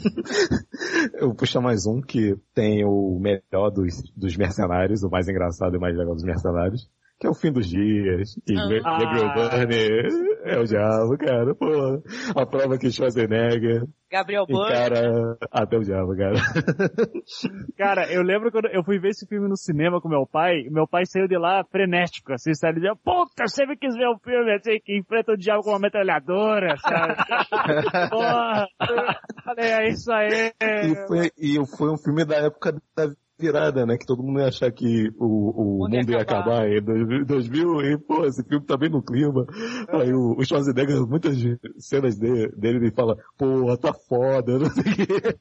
eu vou puxar mais um que tem o melhor dos, dos mercenários, o mais engraçado e mais legal dos mercenários, que é o Fim dos Dias, que ah. Gabriel Byrne é o diabo, cara, pô, a prova que Schwarzenegger Gabriel Byrne cara, até o diabo, cara. Cara, eu lembro quando eu fui ver esse filme no cinema com meu pai, meu pai saiu de lá frenético, assim, sabe, dizendo, puta, eu sempre quis ver um filme assim, que enfrenta o diabo com uma metralhadora, sabe? Porra, falei, é isso aí. E foi, e foi um filme da época da virada, né, que todo mundo ia achar que o, o mundo ia acabar em dois mil, e pô, esse filme tá bem no clima. Aí o, o Schwarzenegger, muitas cenas dele, dele ele fala, pô, tá foda, não sei o quê.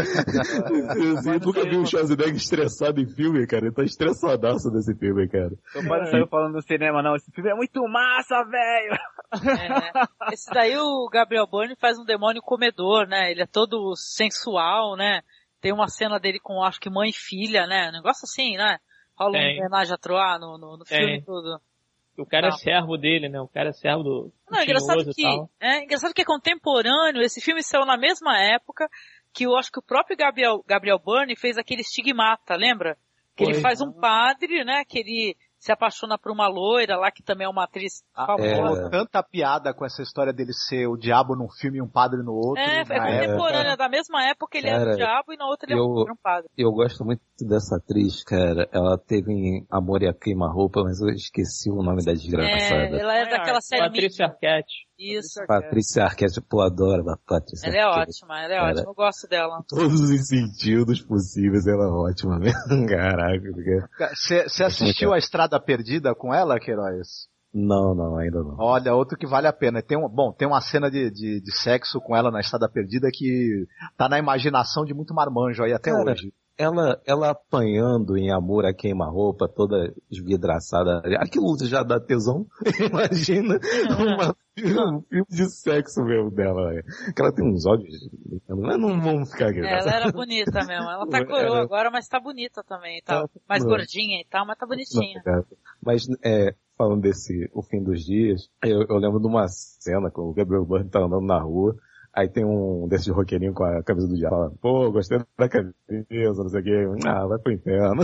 Eu nunca vi o Schwarzenegger estressado em filme, cara, ele tá estressadaço nesse filme, cara. Seu pai não saiu falando do cinema, não, esse filme é muito massa, velho! É, esse daí o Gabriel Byrne faz um demônio comedor, né, ele é todo sensual, né. Tem uma cena dele com, acho que mãe e filha, né? Um negócio assim, né? Rola uma homenagem a Troar no, no, no filme e tudo. O cara não. é servo dele, né? O cara é servo do Não, é engraçado que, é engraçado que é contemporâneo. Esse filme saiu na mesma época que eu acho que o próprio Gabriel, Gabriel Byrne fez aquele Estigmata, lembra? Que Foi. ele faz um padre, né? Que ele se apaixona por uma loira lá, que também é uma atriz famosa. É. Tanta piada com essa história dele ser o diabo num filme e um padre no outro. É, é contemporânea, é. da mesma época ele cara, era o diabo e na outra ele eu, era um padre. Eu gosto muito dessa atriz, cara. Ela teve em Amor e a Queima-Roupa, mas eu esqueci o nome da desgraçada. É, ela é daquela série... Patrícia Arquette. Isso. Patrícia Arquette, pô, adoro a Patrícia Ela é Arquette. ótima, ela é cara, ótima, eu gosto dela. Todos os sentidos possíveis, ela é ótima mesmo. Caraca. Você assistiu A Estrada Perdida com ela, Queiroz? Não, não, ainda não. Olha, outro que vale a pena. Tem um, bom, tem uma cena de, de, de sexo com ela na Estrada Perdida que tá na imaginação de muito marmanjo aí até cara, hoje. Ela, ela apanhando em Amor a Queima-Roupa, toda esvidraçada, aquilo já dá tesão. Imagina uma, um filme de sexo mesmo dela. Que ela tem uns olhos, mas não vamos ficar aqui. É, ela era bonita mesmo. Ela tá coroa era... agora, mas tá bonita também. Tá mais não. gordinha e tal, mas tá bonitinha. Não, mas é, falando desse O Fim dos Dias, eu, eu lembro de uma cena que o Gabriel Byrne tá andando na rua, aí tem um desses roqueirinhos com a camisa do diabo, fala, pô, gostei da camisa, não sei o quê, ah, vai pro inferno.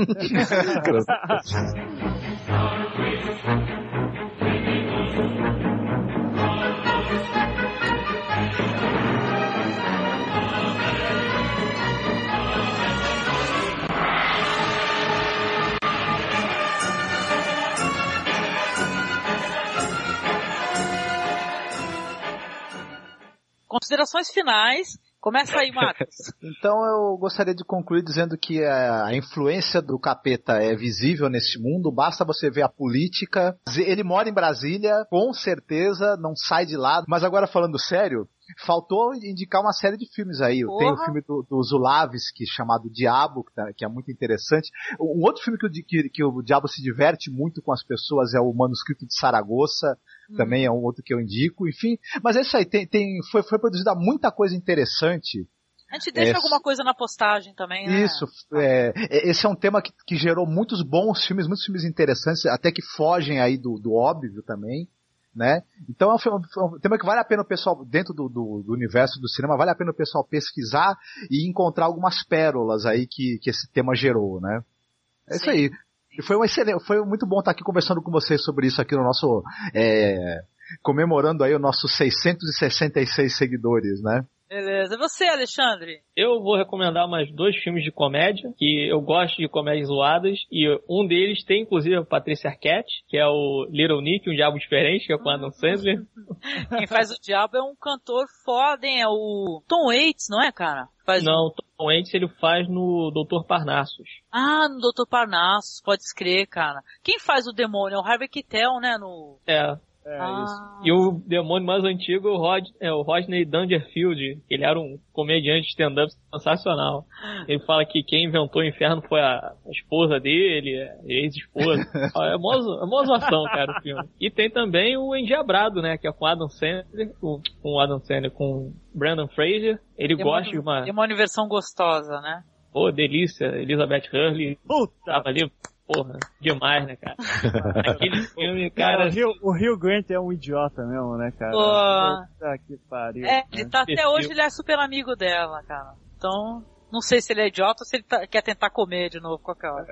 Considerações finais. Começa aí, Marcos. Então eu gostaria de concluir dizendo que a, a influência do capeta é visível neste mundo, basta você ver a política. Ele mora em Brasília, com certeza, não sai de lá. Mas agora falando sério, faltou indicar uma série de filmes aí. Porra. Tem o filme do, do Zulavski, chamado Diabo, que, tá, que é muito interessante. Um outro filme que o, que, que o Diabo se diverte muito com as pessoas é o Manuscrito de Saragossa. Hum. Também é um outro que eu indico. Enfim, mas é isso aí. Tem, tem, foi, foi produzida muita coisa interessante. A gente deixa é, alguma coisa na postagem também, né? Isso. É, esse é um tema que, que gerou muitos bons filmes, muitos filmes interessantes, até que fogem aí do, do óbvio também. Né? Então é um, um tema que vale a pena o pessoal, dentro do, do, do universo do cinema, vale a pena o pessoal pesquisar e encontrar algumas pérolas aí que, que esse tema gerou, né? É Sim. Isso aí. E foi um excelente, foi muito bom estar aqui conversando com vocês sobre isso aqui no nosso, é, comemorando aí os nossos seiscentos e sessenta e seis seguidores, né? Beleza. E você, Alexandre? Eu vou recomendar mais dois filmes de comédia, que eu gosto de comédias zoadas, e um deles tem inclusive a Patrícia Arquette, que é o Little Nick, um diabo diferente, que é com Adam Sandler. Quem faz o diabo é um cantor foda, hein? É o Tom Waits, não é, cara? Faz não, o Tom Waits ele faz no doutor Parnassus. Ah, no doutor Parnassus, pode escrever, cara. Quem faz o demônio? É o Harvey Keitel, né? No... É. É, ah. isso. E o demônio mais antigo é o, Rod, é o Rodney Dangerfield. Ele era um comediante de stand-up sensacional. Ele fala que quem inventou o inferno foi a, a esposa dele, a ex-esposa. É mó, é mó zoação, cara, o filme. E tem também o Endiabrado, né, que é com Adam Sandler, com, com Adam Sandler, com Brandon Fraser. Ele demônio, gosta de uma... Demônio versão gostosa, né? Pô, delícia. Elizabeth Hurley. Puta! Tava ali... Porra, demais, né, cara? Aquele filme, cara... cara o, Hugh Grant é um idiota mesmo, né, cara? Pô. Puta que pariu. É, ele tá até hoje, ele é super amigo dela, cara. Então, não sei se ele é idiota ou se ele tá, quer tentar comer de novo qualquer hora.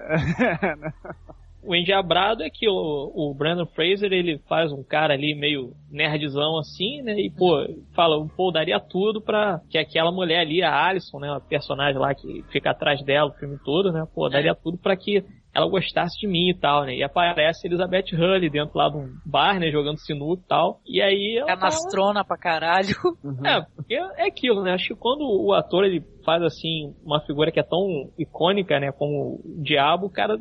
O Endiabrado é que o, o Brandon Fraser, ele faz um cara ali meio nerdzão assim, né? E, pô, fala, pô, daria tudo pra que aquela mulher ali, a Alison, né? A personagem lá que fica atrás dela o filme todo, né? Pô, daria é. tudo pra que ela gostasse de mim e tal, né? E aparece Elizabeth Hurley dentro lá de um bar, né? Jogando sinuca e tal. E aí ela... Canastrona pra caralho. Uhum. É, porque é aquilo, né? Acho que quando o ator, ele faz, assim, uma figura que é tão icônica, né? Como o Diabo, o cara...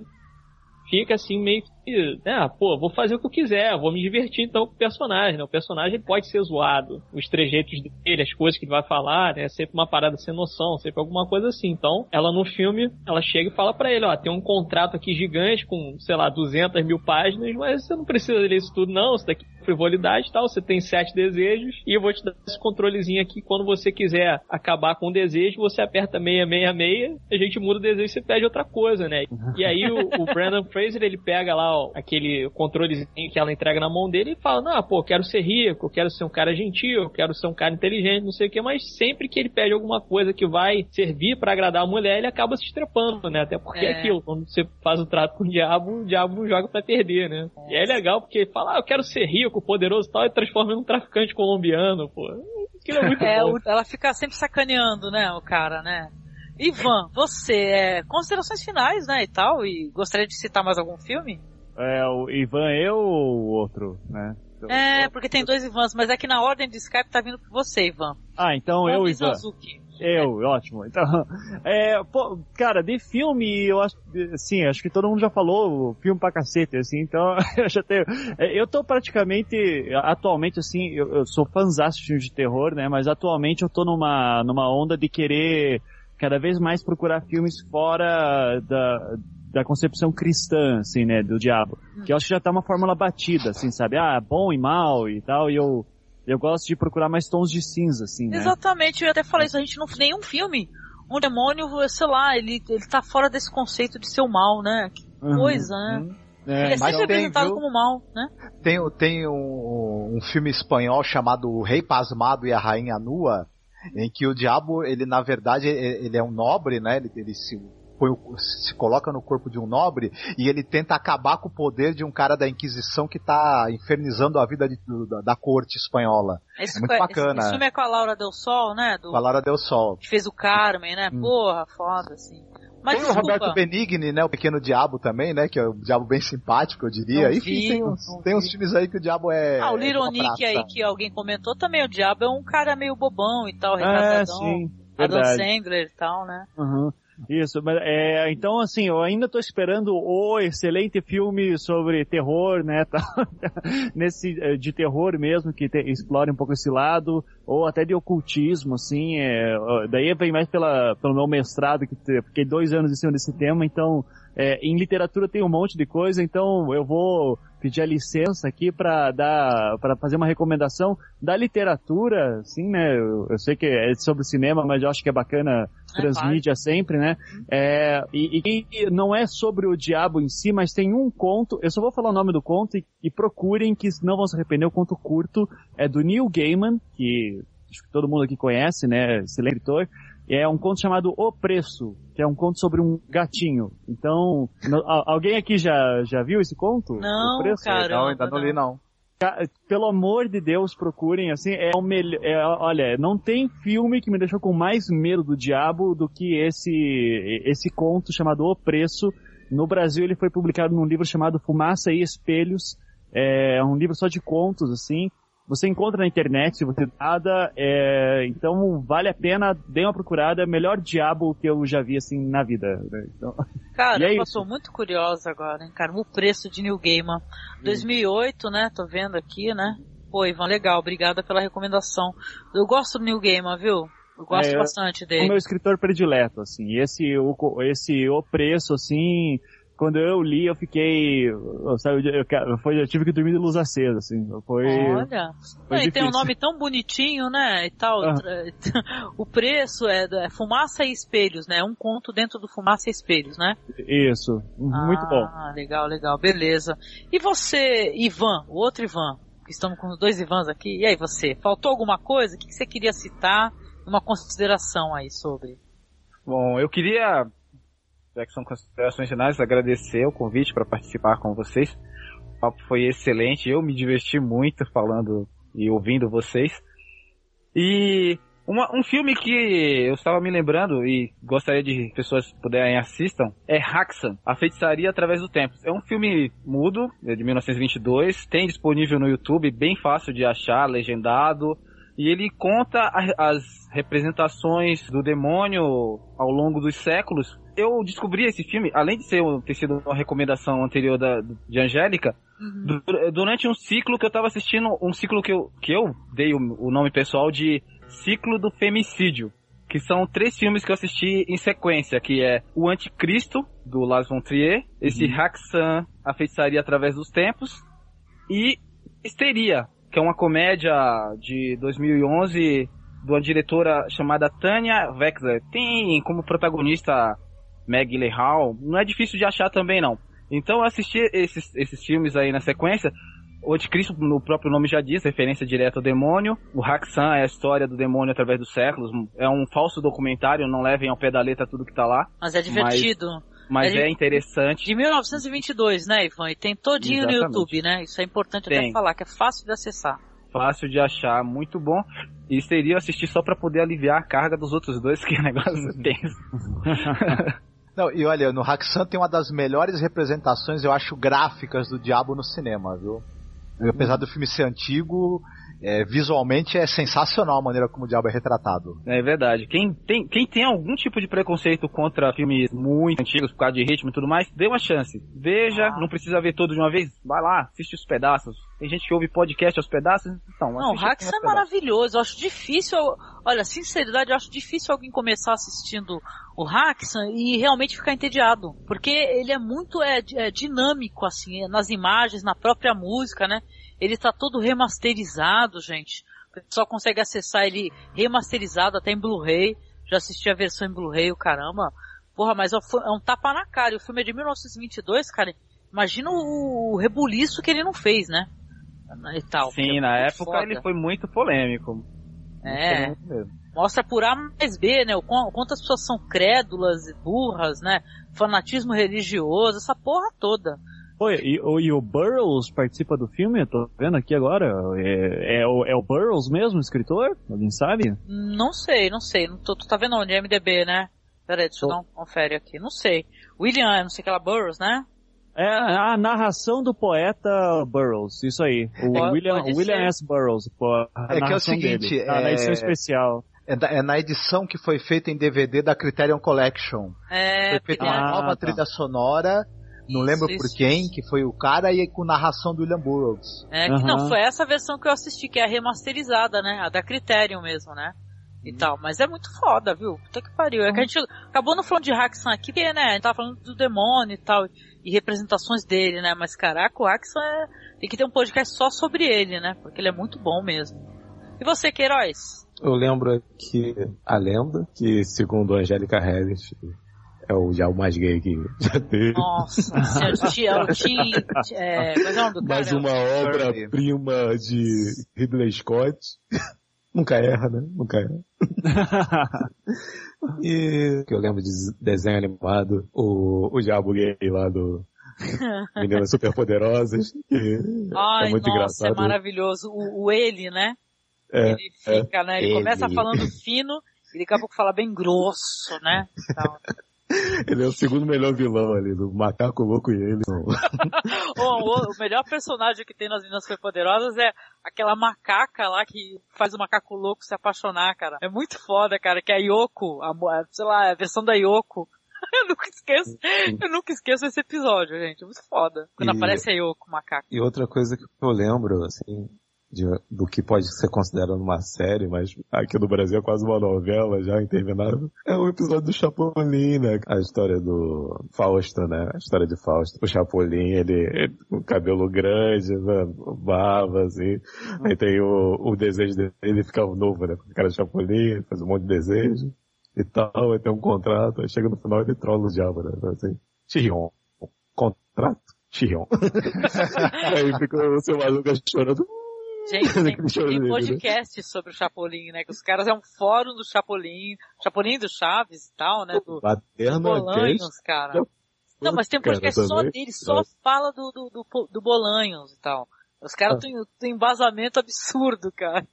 fica assim meio que, ah, pô, vou fazer o que eu quiser, vou me divertir então com o personagem, né? O personagem pode ser zoado, os trejeitos dele, as coisas que ele vai falar, né? Sempre uma parada sem noção, sempre alguma coisa assim. Então, ela no filme, ela chega e fala pra ele, ó, tem um contrato aqui gigante com, sei lá, duzentas mil páginas, mas você não precisa ler isso tudo não, isso daqui é frivolidade e tal, você tem sete desejos e eu vou te dar esse controlezinho aqui, quando você quiser acabar com o desejo, você aperta seis seis seis, a gente muda o desejo e você pede outra coisa, né? E aí o, o Brandon Fraser, ele pega lá ó, aquele controlezinho que ela entrega na mão dele e fala, não, pô, eu quero ser rico, eu quero ser um cara gentil, eu quero ser um cara inteligente, não sei o que, mas sempre que ele pede alguma coisa que vai servir pra agradar a mulher, ele acaba se estrepando, né? Até porque é, é aquilo, quando você faz o trato com o diabo, o diabo não joga pra perder, né? É. E é legal porque ele fala, ah, eu quero ser rico, poderoso e tal, e transforma em um traficante colombiano, pô. Aquilo é muito é, bom. Ela fica sempre sacaneando, né, o cara, né? Ivan, você, é, considerações finais, né, e tal, e gostaria de citar mais algum filme? É, o Ivan, eu ou o outro, né? Eu, é, porque tem dois Ivans, mas é que na ordem de Skype tá vindo por você, Ivan. Ah, então eu, Ivan. Mizuki. Eu, ótimo. Então, é, pô, cara, de filme, eu acho, assim, acho que todo mundo já falou filme pra cacete, assim, então, eu já tenho, eu tô praticamente, atualmente, assim, eu, eu sou fãzaço de filmes de terror, né, mas atualmente eu tô numa, numa onda de querer cada vez mais procurar filmes fora da, da concepção cristã, assim, né, do diabo, que eu acho que já tá uma fórmula batida, assim, sabe, ah, bom e mal e tal, e eu Eu gosto de procurar mais tons de cinza, assim, né? Exatamente, eu até falei isso, a gente não tem nenhum filme. Um demônio, sei lá, ele, ele tá fora desse conceito de ser o mal, né? Que uhum, coisa, né? Uhum. É, ele é sempre representado tem, como mal, né? Tem, tem um, um filme espanhol chamado O Rei Pasmado e a Rainha Nua, em que o diabo, ele na verdade, ele é um nobre, né? Ele, ele se, põe, se coloca no corpo de um nobre e ele tenta acabar com o poder de um cara da Inquisição que tá infernizando a vida de, da, da corte espanhola. Esse, é muito bacana. Esse filme é com a Laura Del Sol, né? Do, com a Laura Del Sol. Que fez o Carmen, né? Hum. Porra, foda, assim. Mas tem desculpa. o Roberto Benigni, né? O Pequeno Diabo também, né? Que é um diabo bem simpático, eu diria. Não Enfim, vi, tem uns, tem uns filmes aí que o diabo é... Ah, o Little Nick aí, que alguém comentou também, o diabo é um cara meio bobão e tal, retratadão. É, sim, Adam Sandler e tal, né? Uhum. Isso, mas é, então assim, eu ainda tô esperando o excelente filme sobre terror, né, tá, nesse, de terror mesmo, que te, explore um pouco esse lado, ou até de ocultismo, assim, é, daí vem mais pela, pelo meu mestrado, que fiquei dois anos em cima desse tema, então, é, em literatura tem um monte de coisa, então eu vou pedir a licença aqui para dar, para fazer uma recomendação da literatura, assim, né, eu, eu sei que é sobre cinema, mas eu acho que é bacana transmídia sempre, né? É, e, e não é sobre o diabo em si, mas tem um conto, eu só vou falar o nome do conto e, e procurem que não vão se arrepender, o conto curto é do Neil Gaiman, que acho que todo mundo aqui conhece, né? Excelente escritor. É um conto chamado O Preço, que é um conto sobre um gatinho. Então, no, alguém aqui já, já viu esse conto? Não, o Preço? Caramba, não, ainda não, não li não. Pelo amor de Deus, procurem, assim, é o melhor, é, olha, não tem filme que me deixou com mais medo do diabo do que esse, esse conto chamado O Preço. No Brasil ele foi publicado num livro chamado Fumaça e Espelhos, é um livro só de contos, assim, você encontra na internet, se você nada, é, então vale a pena, dê uma procurada, melhor diabo que eu já vi, assim, na vida. Né? Então, cara, é eu tô muito curiosa agora, hein, cara, O Preço de Neil Gaiman, dois mil e oito, né, tô vendo aqui, né, pô, Ivan, legal, obrigada pela recomendação. Eu gosto do Neil Gaiman, viu? Eu gosto é, bastante dele. É o meu escritor predileto, assim, esse o, esse O Preço, assim... Quando eu li, eu fiquei, sabe, eu, eu, foi, eu tive que dormir de luz acesa, assim, foi... Olha, foi é, e tem um nome tão bonitinho, né, e tal, ah. O Preço é, é Fumaça e Espelhos, né, um conto dentro do Fumaça e Espelhos, né? Isso, muito ah, bom. Ah, legal, legal, beleza. E você, Ivan, o outro Ivan, que estamos com dois Ivans aqui, e aí você, faltou alguma coisa? O que você queria citar? Uma consideração aí sobre? Bom, eu queria... já que são considerações finais, agradecer o convite para participar com vocês. O papo foi excelente, eu me diverti muito falando e ouvindo vocês. E uma, um filme que eu estava me lembrando e gostaria de que pessoas puderem assistam é Haxan, A Feitiçaria Através do Tempo. É um filme mudo, é de mil novecentos e vinte e dois, tem disponível no YouTube, bem fácil de achar, legendado. E ele conta as representações do demônio ao longo dos séculos. Eu descobri esse filme, além de ser, ter sido uma recomendação anterior da, de Angélica, uhum. durante um ciclo que eu estava assistindo, um ciclo que eu, que eu dei o, o nome pessoal de Ciclo do Femicídio, que são três filmes que eu assisti em sequência, que é O Anticristo, do Lars von Trier, esse uhum. Haxan, A Feitiçaria Através dos Tempos, e Histeria, que é uma comédia de dois mil e onze de uma diretora chamada Tanya Wexler. Tem como protagonista Meg Gyllenhaal. Não é difícil de achar também, não. Então eu assisti esses, esses filmes aí na sequência. O Anticristo, no próprio nome já diz, referência direta ao demônio. O Haxan é a história do demônio através dos séculos. É um falso documentário, não levem ao pé da letra tudo que tá lá. Mas é divertido. Mas, mas é, de, é interessante. De mil novecentos e vinte e dois, né, Ivan? E tem todinho Exatamente. No YouTube, né? Isso é importante tem. Até falar, que é fácil de acessar. Fácil de achar, muito bom. E seria assistir só pra poder aliviar a carga dos outros dois, que é negócio tenso. Não, e olha, no Haxan tem uma das melhores representações, eu acho, gráficas do diabo no cinema, viu? Apesar do filme ser antigo, é, visualmente é sensacional a maneira como o diabo é retratado. É verdade. Quem tem, quem tem algum tipo de preconceito contra filmes muito antigos, por causa de ritmo e tudo mais, dê uma chance. Veja, ah. não precisa ver todo de uma vez. Vai lá, assiste os pedaços. Tem gente que ouve podcast aos pedaços, então... Não, o Haxan é maravilhoso. Eu acho difícil... Olha, sinceridade, eu acho difícil alguém começar assistindo o Haxan e realmente ficar entediado. Porque ele é muito é, é, dinâmico, assim, nas imagens, na própria música, né? Ele tá todo remasterizado, gente. O pessoal consegue acessar ele remasterizado até em Blu-ray. Já assisti a versão em Blu-ray, o caramba. Porra, mas é um tapa na cara. O filme é de mil novecentos e vinte e dois, cara. imagina o, o rebuliço que ele não fez, né? E tal. Sim, na época foda. Ele foi muito polêmico. É. Muito polêmico. Mostra por A mais B, né? O quanto as pessoas são crédulas e burras, né? Fanatismo religioso, essa porra toda. Oi, e, e o Burroughs participa do filme? Eu tô vendo aqui agora. É, é, o, é o Burroughs mesmo, o escritor? Alguém sabe? Não sei, não sei. Não tô, tu tá vendo onde? M D B, né? Peraí, deixa eu dar um confere aqui. Não sei. William, não sei o que lá, Burroughs, né? É a narração do poeta Burroughs, isso aí. O pode, William, pode William S. Burroughs. A é que é o seguinte, dele, é... na edição especial. É, da, é na edição que foi feita em D V D da Criterion Collection. É, foi feita uma ah, nova tá. trilha sonora, não isso, lembro por isso, quem, isso. que foi o cara, e com narração do William Burroughs. É, que uhum. não, foi essa versão que eu assisti, que é a remasterizada, né? A da Criterion mesmo, né? E hum. tal, mas é muito foda, viu? Puta que pariu. É que a gente acabou não falando de Haxan aqui, porque, né, a gente tava falando do demônio e tal, e representações dele, né? Mas, caraca, o Haxan é... tem que ter um podcast só sobre ele, né? Porque ele é muito bom mesmo. E você, Queiroz? Eu lembro que a lenda, que segundo a Angélica Harris, é o já o mais gay que já teve. Nossa, é o Tim... É, mas é um do mais cara, uma obra-prima de Ridley Scott. Nunca erra, né? Nunca erra. E que eu lembro de desenho animado, o, o Diabo Gay lá do Meninas Superpoderosas, que Ai, é muito nossa, engraçado. É maravilhoso. O, o ele, né? É, ele fica, é, né? Ele, ele começa falando fino e daqui a pouco fala bem grosso, né? Então... Ele é o segundo melhor vilão ali, do Macaco Louco e ele. o, o, o melhor personagem que tem nas Meninas Superpoderosas é aquela macaca lá que faz o macaco louco se apaixonar, cara. É muito foda, cara, que é a Yoko, a, sei lá, a versão da Yoko. Eu nunca esqueço, eu nunca esqueço esse episódio, gente. É muito foda. Quando e, aparece a Yoko, o macaco. E outra coisa que eu lembro, assim, de, do que pode ser considerado uma série, mas aqui no Brasil é quase uma novela já interminável, é o episódio do Chapolin, né? A história do Fausto, né? A história de Fausto. O Chapolin, ele, ele com o cabelo grande, né? Barba, assim. Uhum. Aí tem o, o desejo dele ficar novo, né? O cara de Chapolin, faz um monte de desejo e tal, aí tem um contrato, aí chega no final e ele trola o diabo, né? Assim, Tion, contrato? Tion. Aí fica o seu maluco chorando. Gente, tem, tem podcast sobre o Chapolin, né? Que os caras é um fórum do Chapolin, Chapolin do Chaves e tal, né? Do, do Bolanhos, cara. Não, mas tem um podcast só dele, só fala do, do, do, do Bolanhos e tal. Os caras têm um embasamento absurdo, cara.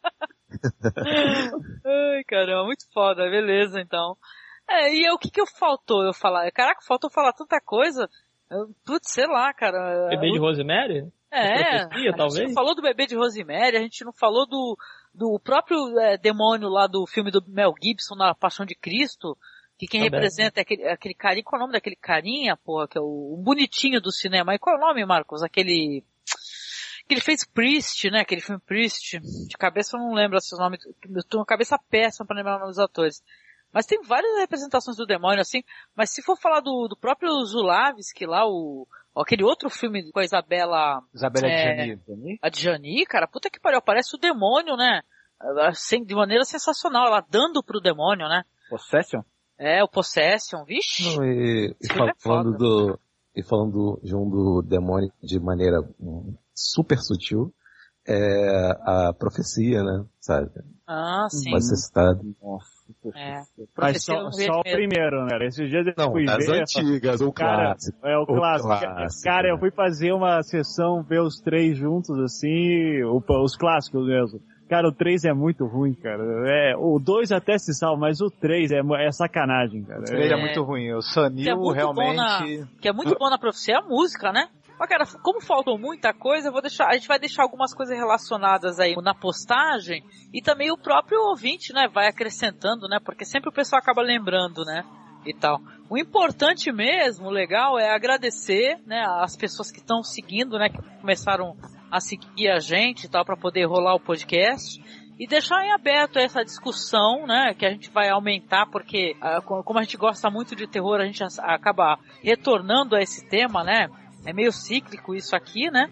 Ai, caramba, muito foda, beleza, então. É, e o que que eu faltou eu falar? Caraca, faltou falar tanta coisa. Eu, putz, sei lá, cara. Bebê de Rosemary? É, profecia, a talvez? gente não falou do Bebê de Rosemary, a gente não falou do, do próprio é, demônio lá do filme do Mel Gibson, na Paixão de Cristo, que quem Também. representa é aquele, aquele carinha, qual é o nome daquele carinha, porra, que é o, o bonitinho do cinema. E qual é o nome, Marcos? Aquele... que ele fez Priest, né? Aquele filme Priest. De cabeça eu não lembro esses nomes. Eu tô com a cabeça péssima pra lembrar o nome dos atores. Mas tem várias representações do demônio, assim. Mas se for falar do, do próprio Zulavski lá, o, aquele outro filme com a Isabela... Isabela é, Adjani. Adjani, cara, puta que pariu. Parece o demônio, né? Assim, de maneira sensacional. Ela dando pro demônio, né? Possession? É, o Possession, vixe. Não, e, e fal- é falando do... E falando de um do demônio de maneira super sutil, é a profecia, né? Sabe? Ah, sim. Pode ser citado. Nossa. É. Mas só, só o primeiro, né? Esses dias eu Não, fui as ver... antigas, o cara, clássico. É o clássico. O clássico cara, né? Eu fui fazer uma sessão, ver os três juntos, assim, os clássicos mesmo. Cara, o três é muito ruim, cara. É, o dois até se salva, mas o três é, é sacanagem, cara. O três é, é muito ruim. O Sanil que é realmente... Na, que é muito bom na profecia é a música, né? Mas, cara, como faltou muita coisa, eu vou deixar, a gente vai deixar algumas coisas relacionadas aí na postagem e também o próprio ouvinte, né, vai acrescentando, né, porque sempre o pessoal acaba lembrando, né, e tal. O importante mesmo, o legal, é agradecer, né, as pessoas que estão seguindo, né, que começaram a seguir a gente e tal, para poder rolar o podcast. E deixar em aberto essa discussão, né, que a gente vai aumentar, porque como a gente gosta muito de terror, a gente acaba retornando a esse tema, né, é meio cíclico isso aqui, né,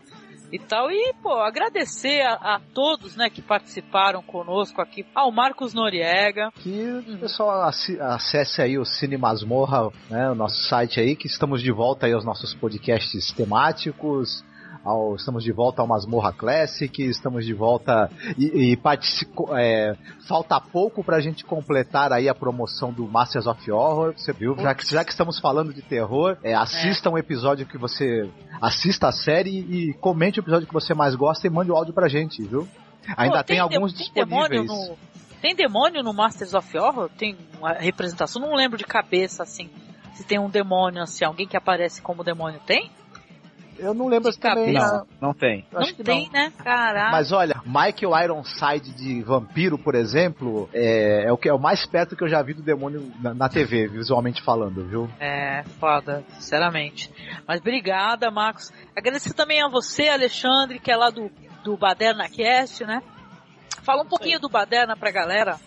e tal. E, pô, agradecer a, a todos, né, que participaram conosco aqui. Ao Marcos Noriega. Que o pessoal acesse aí o Cine Masmorra, né, o nosso site aí, que estamos de volta aí aos nossos podcasts temáticos. Ao, estamos de volta ao Masmorra Classic, estamos de volta e, e participo, é, falta pouco pra gente completar aí a promoção do Masters of Horror, você viu? Já que, já que estamos falando de terror, é, assista é. um episódio que você assista a série e comente o episódio que você mais gosta e mande o áudio pra gente, viu? Ainda Pô, tem, tem alguns de, disponíveis. Tem demônio, no, tem demônio no Masters of Horror? Tem uma representação? Não lembro de cabeça, assim, se tem um demônio, assim, alguém que aparece como demônio, tem? Eu não lembro se também. Não, não tem. Não tem, não. né? Caraca. Mas olha, Michael Ironside de vampiro, por exemplo, é, é o que é o mais perto que eu já vi do demônio na, na T V, visualmente falando, viu? É, foda, sinceramente. Mas obrigada, Marcos. Agradecer também a você, Alexandre, que é lá do, do Baderna Cast, né? Fala um pouquinho do Baderna pra galera.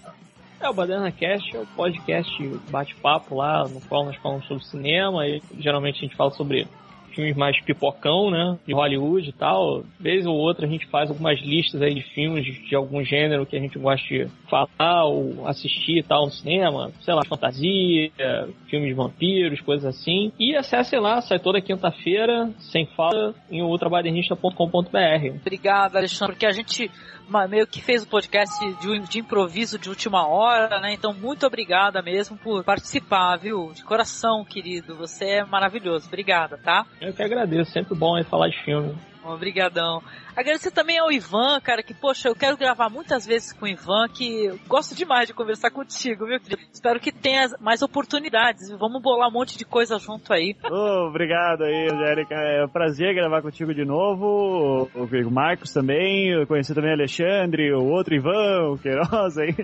É, o Baderna Cast é o podcast bate-papo lá, no qual nós falamos sobre cinema e geralmente a gente fala sobre filmes mais pipocão, né, de Hollywood e tal. Vez ou outra a gente faz algumas listas aí de filmes de, de algum gênero que a gente gosta de falar ou assistir e tal no cinema, sei lá, fantasia, filmes de vampiros, coisas assim. E acessem lá, sai toda quinta-feira, sem falta, em ultrabadernista ponto com ponto b r. Obrigado, Alexandre, porque a gente meio que fez o podcast de, de improviso de última hora, né? Então, muito obrigada mesmo por participar, viu? De coração, querido. Você é maravilhoso. Obrigada, tá? Eu que agradeço. Sempre bom aí falar de filme. Obrigadão. Agradecer também ao Ivan, cara, que, poxa, eu quero gravar muitas vezes com o Ivan, que eu gosto demais de conversar contigo, viu, querido? Espero que tenha mais oportunidades. Vamos bolar um monte de coisa junto aí. Oh, obrigado aí, Angélica. É um prazer gravar contigo de novo. O, o Marcos também. Eu conheci também o Alexandre, o outro Ivan, o Queiroz aí.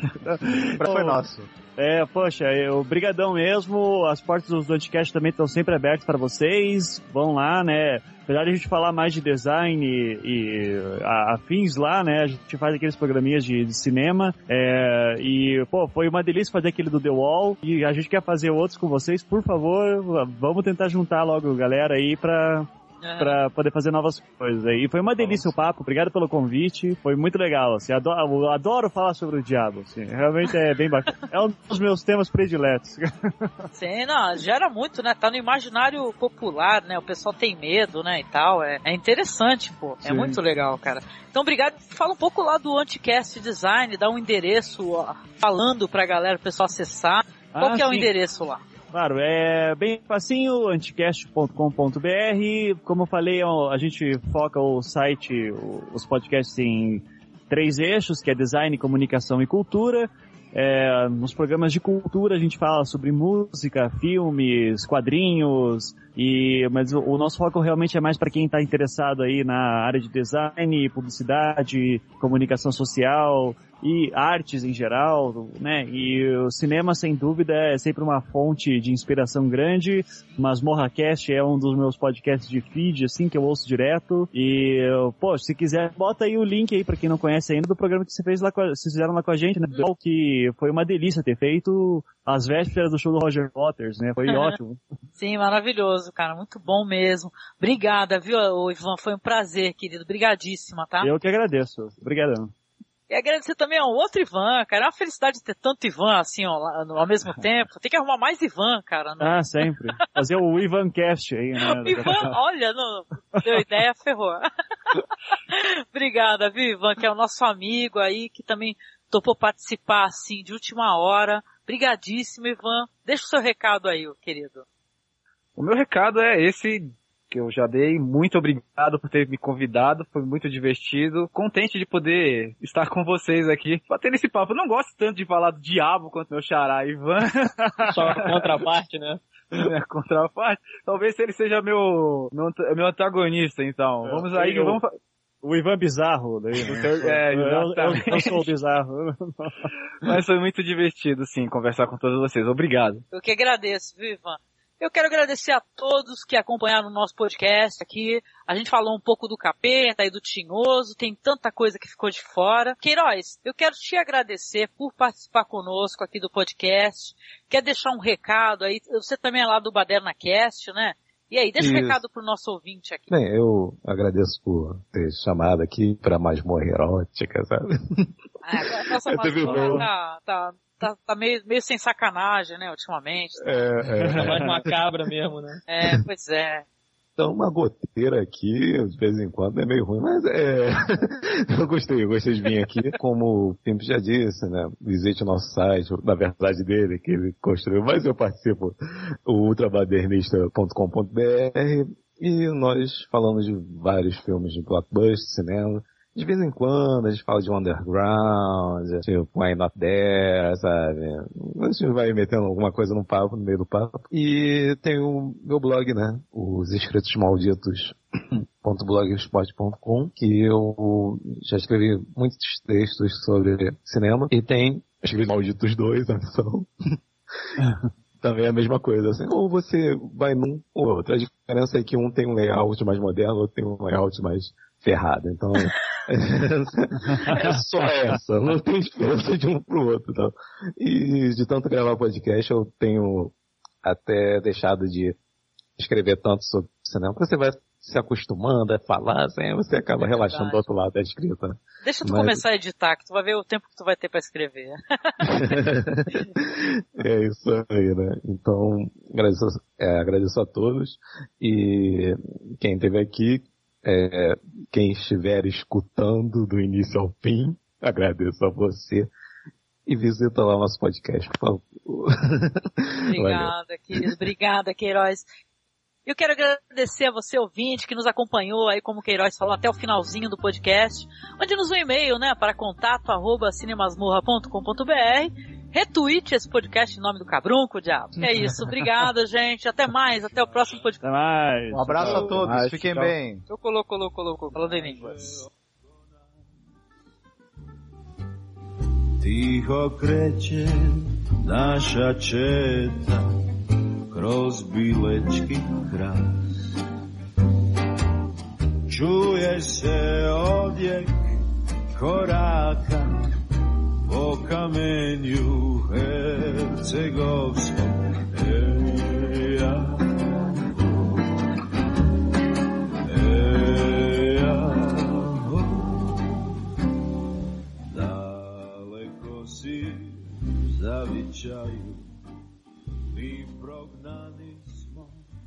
Foi nosso. É, poxa, obrigadão mesmo. As portas do Anticast também estão sempre abertas para vocês. Vão lá, né? Apesar de a gente falar mais de design e, e afins lá, né? A gente faz aqueles programinhas de, de cinema. É, e, pô, foi uma delícia fazer aquele do The Wall. E a gente quer fazer outros com vocês. Por favor, vamos tentar juntar logo a galera aí pra... É. Pra poder fazer novas coisas aí. E foi uma delícia o papo, obrigado pelo convite, foi muito legal, assim, adoro, eu adoro falar sobre o diabo, assim, realmente é bem bacana. É um dos meus temas prediletos. Sim, não, gera muito, né, tá no imaginário popular, né, o pessoal tem medo, né, e tal, é, é interessante, pô, é Sim. muito legal, cara. Então, obrigado, fala um pouco lá do Anticast Design, dá um endereço ó, falando pra galera, o pessoal acessar, qual ah, que é sim. o endereço lá? Claro, é bem facinho, anticast ponto com ponto b r. Como eu falei, a gente foca o site, os podcasts em três eixos, que é design, comunicação e cultura. É, nos programas de cultura a gente fala sobre música, filmes, quadrinhos, e, mas o, o nosso foco realmente é mais para quem está interessado aí na área de design, publicidade, comunicação social e artes em geral, né? E o cinema, sem dúvida, é sempre uma fonte de inspiração grande. Masmorra Cast é um dos meus podcasts de feed, assim, que eu ouço direto. E, pô, se quiser, bota aí o link aí pra quem não conhece ainda do programa que você fez lá, com a, vocês fizeram lá com a gente, né? Que foi uma delícia ter feito às vésperas do show do Roger Waters, né? Foi ótimo. Sim, maravilhoso, cara. Muito bom mesmo. Obrigada, viu, Ivan? Foi um prazer, querido. Obrigadíssima, tá? Eu que agradeço. Obrigadão. E agradecer também ao outro Ivan, cara. É uma felicidade ter tanto Ivan, assim, ó, ao mesmo tempo. Tem que arrumar mais Ivan, cara. Não? Ah, sempre. Fazer o Ivancast aí, né? Ivan, olha, não, deu ideia, ferrou. Obrigada, viu, Ivan, que é o nosso amigo aí, que também topou participar, assim, de última hora. Obrigadíssimo, Ivan. Deixa o seu recado aí, querido. O meu recado é esse que eu já dei. Muito obrigado por ter me convidado, foi muito divertido. Contente de poder estar com vocês aqui, batendo esse papo. Eu não gosto tanto de falar do diabo quanto meu xará, Ivan. Só a contraparte, né? É, contraparte. Talvez ele seja meu, meu, meu antagonista, então. É, vamos aí, o, vamos... O Ivan bizarro, daí, né? É, exatamente. Eu, eu, eu sou o bizarro. Mas foi muito divertido, sim, conversar com todos vocês. Obrigado. Eu que agradeço, viu, Ivan? Eu quero agradecer a todos que acompanharam o nosso podcast aqui. A gente falou um pouco do Capeta e do Tinhoso, tem tanta coisa que ficou de fora. Queiroz, eu quero te agradecer por participar conosco aqui do podcast. Quer deixar um recado aí? Você também é lá do Baderna Cast, né? E aí, deixa um Isso. recado pro nosso ouvinte aqui. Bem, eu agradeço por ter chamado aqui pra masmorra erótica, sabe? Ah, a nossa masmorra tá, tá, tá, tá meio, meio sem sacanagem, né, ultimamente. É, é. Tá mais macabra mesmo, né? É, pois é. Então, uma goteira aqui, de vez em quando, é meio ruim, mas é... eu gostei, eu gostei de vir aqui. Como o Pimp já disse, né? Visite o nosso site, na verdade dele, que ele construiu, mas eu participo, o ultrabadernista ponto com ponto b r, e nós falamos de vários filmes de blockbuster, cinema. De vez em quando a gente fala de underground, tipo I'm Not There, sabe? A gente vai metendo alguma coisa no papo, no meio do papo. E tem o meu blog, né? Os Escritos Malditos ponto blogspot ponto com, que eu já escrevi muitos textos sobre cinema. E tem Escritos Malditos dois, a missão. Também é a mesma coisa, assim, ou você vai num ou outro. A diferença é que um tem um layout mais moderno, outro tem um layout mais ferrado. Então, é só essa, não tem diferença de um pro outro. Então. E de tanto gravar podcast, eu tenho até deixado de escrever tanto sobre cinema, porque você vai se acostumando a falar, assim, você acaba é relaxando do outro lado da escrita. Né? Deixa tu Mas... começar a editar, que tu vai ver o tempo que tu vai ter pra escrever. É isso aí, né? Então, agradeço, é, agradeço a todos. E quem esteve aqui, é, quem estiver escutando do início ao fim, agradeço a você. E visita lá o nosso podcast, por favor. Obrigada, querido. Obrigada, Queiroz. Eu quero agradecer a você, ouvinte, que nos acompanhou aí, como o Queiroz falou, até o finalzinho do podcast. Mande-nos um e-mail, né, para contato arroba cinemasmorra ponto com ponto b r. Retweet esse podcast em nome do Cabrunco, diabo. É isso. Obrigada, gente. Até mais. Até o próximo podcast. Até mais. Um abraço tchau. a todos. Mais, Fiquem tchau. bem. Eu coloco, coloco, coloco. Falando em línguas. Tiho kreće naša četa kroz bilečki kras. Čuje se odjek koraka po kamenju hercegovskom. Eja, eja, daleko si zavičaju, mi prognani smo.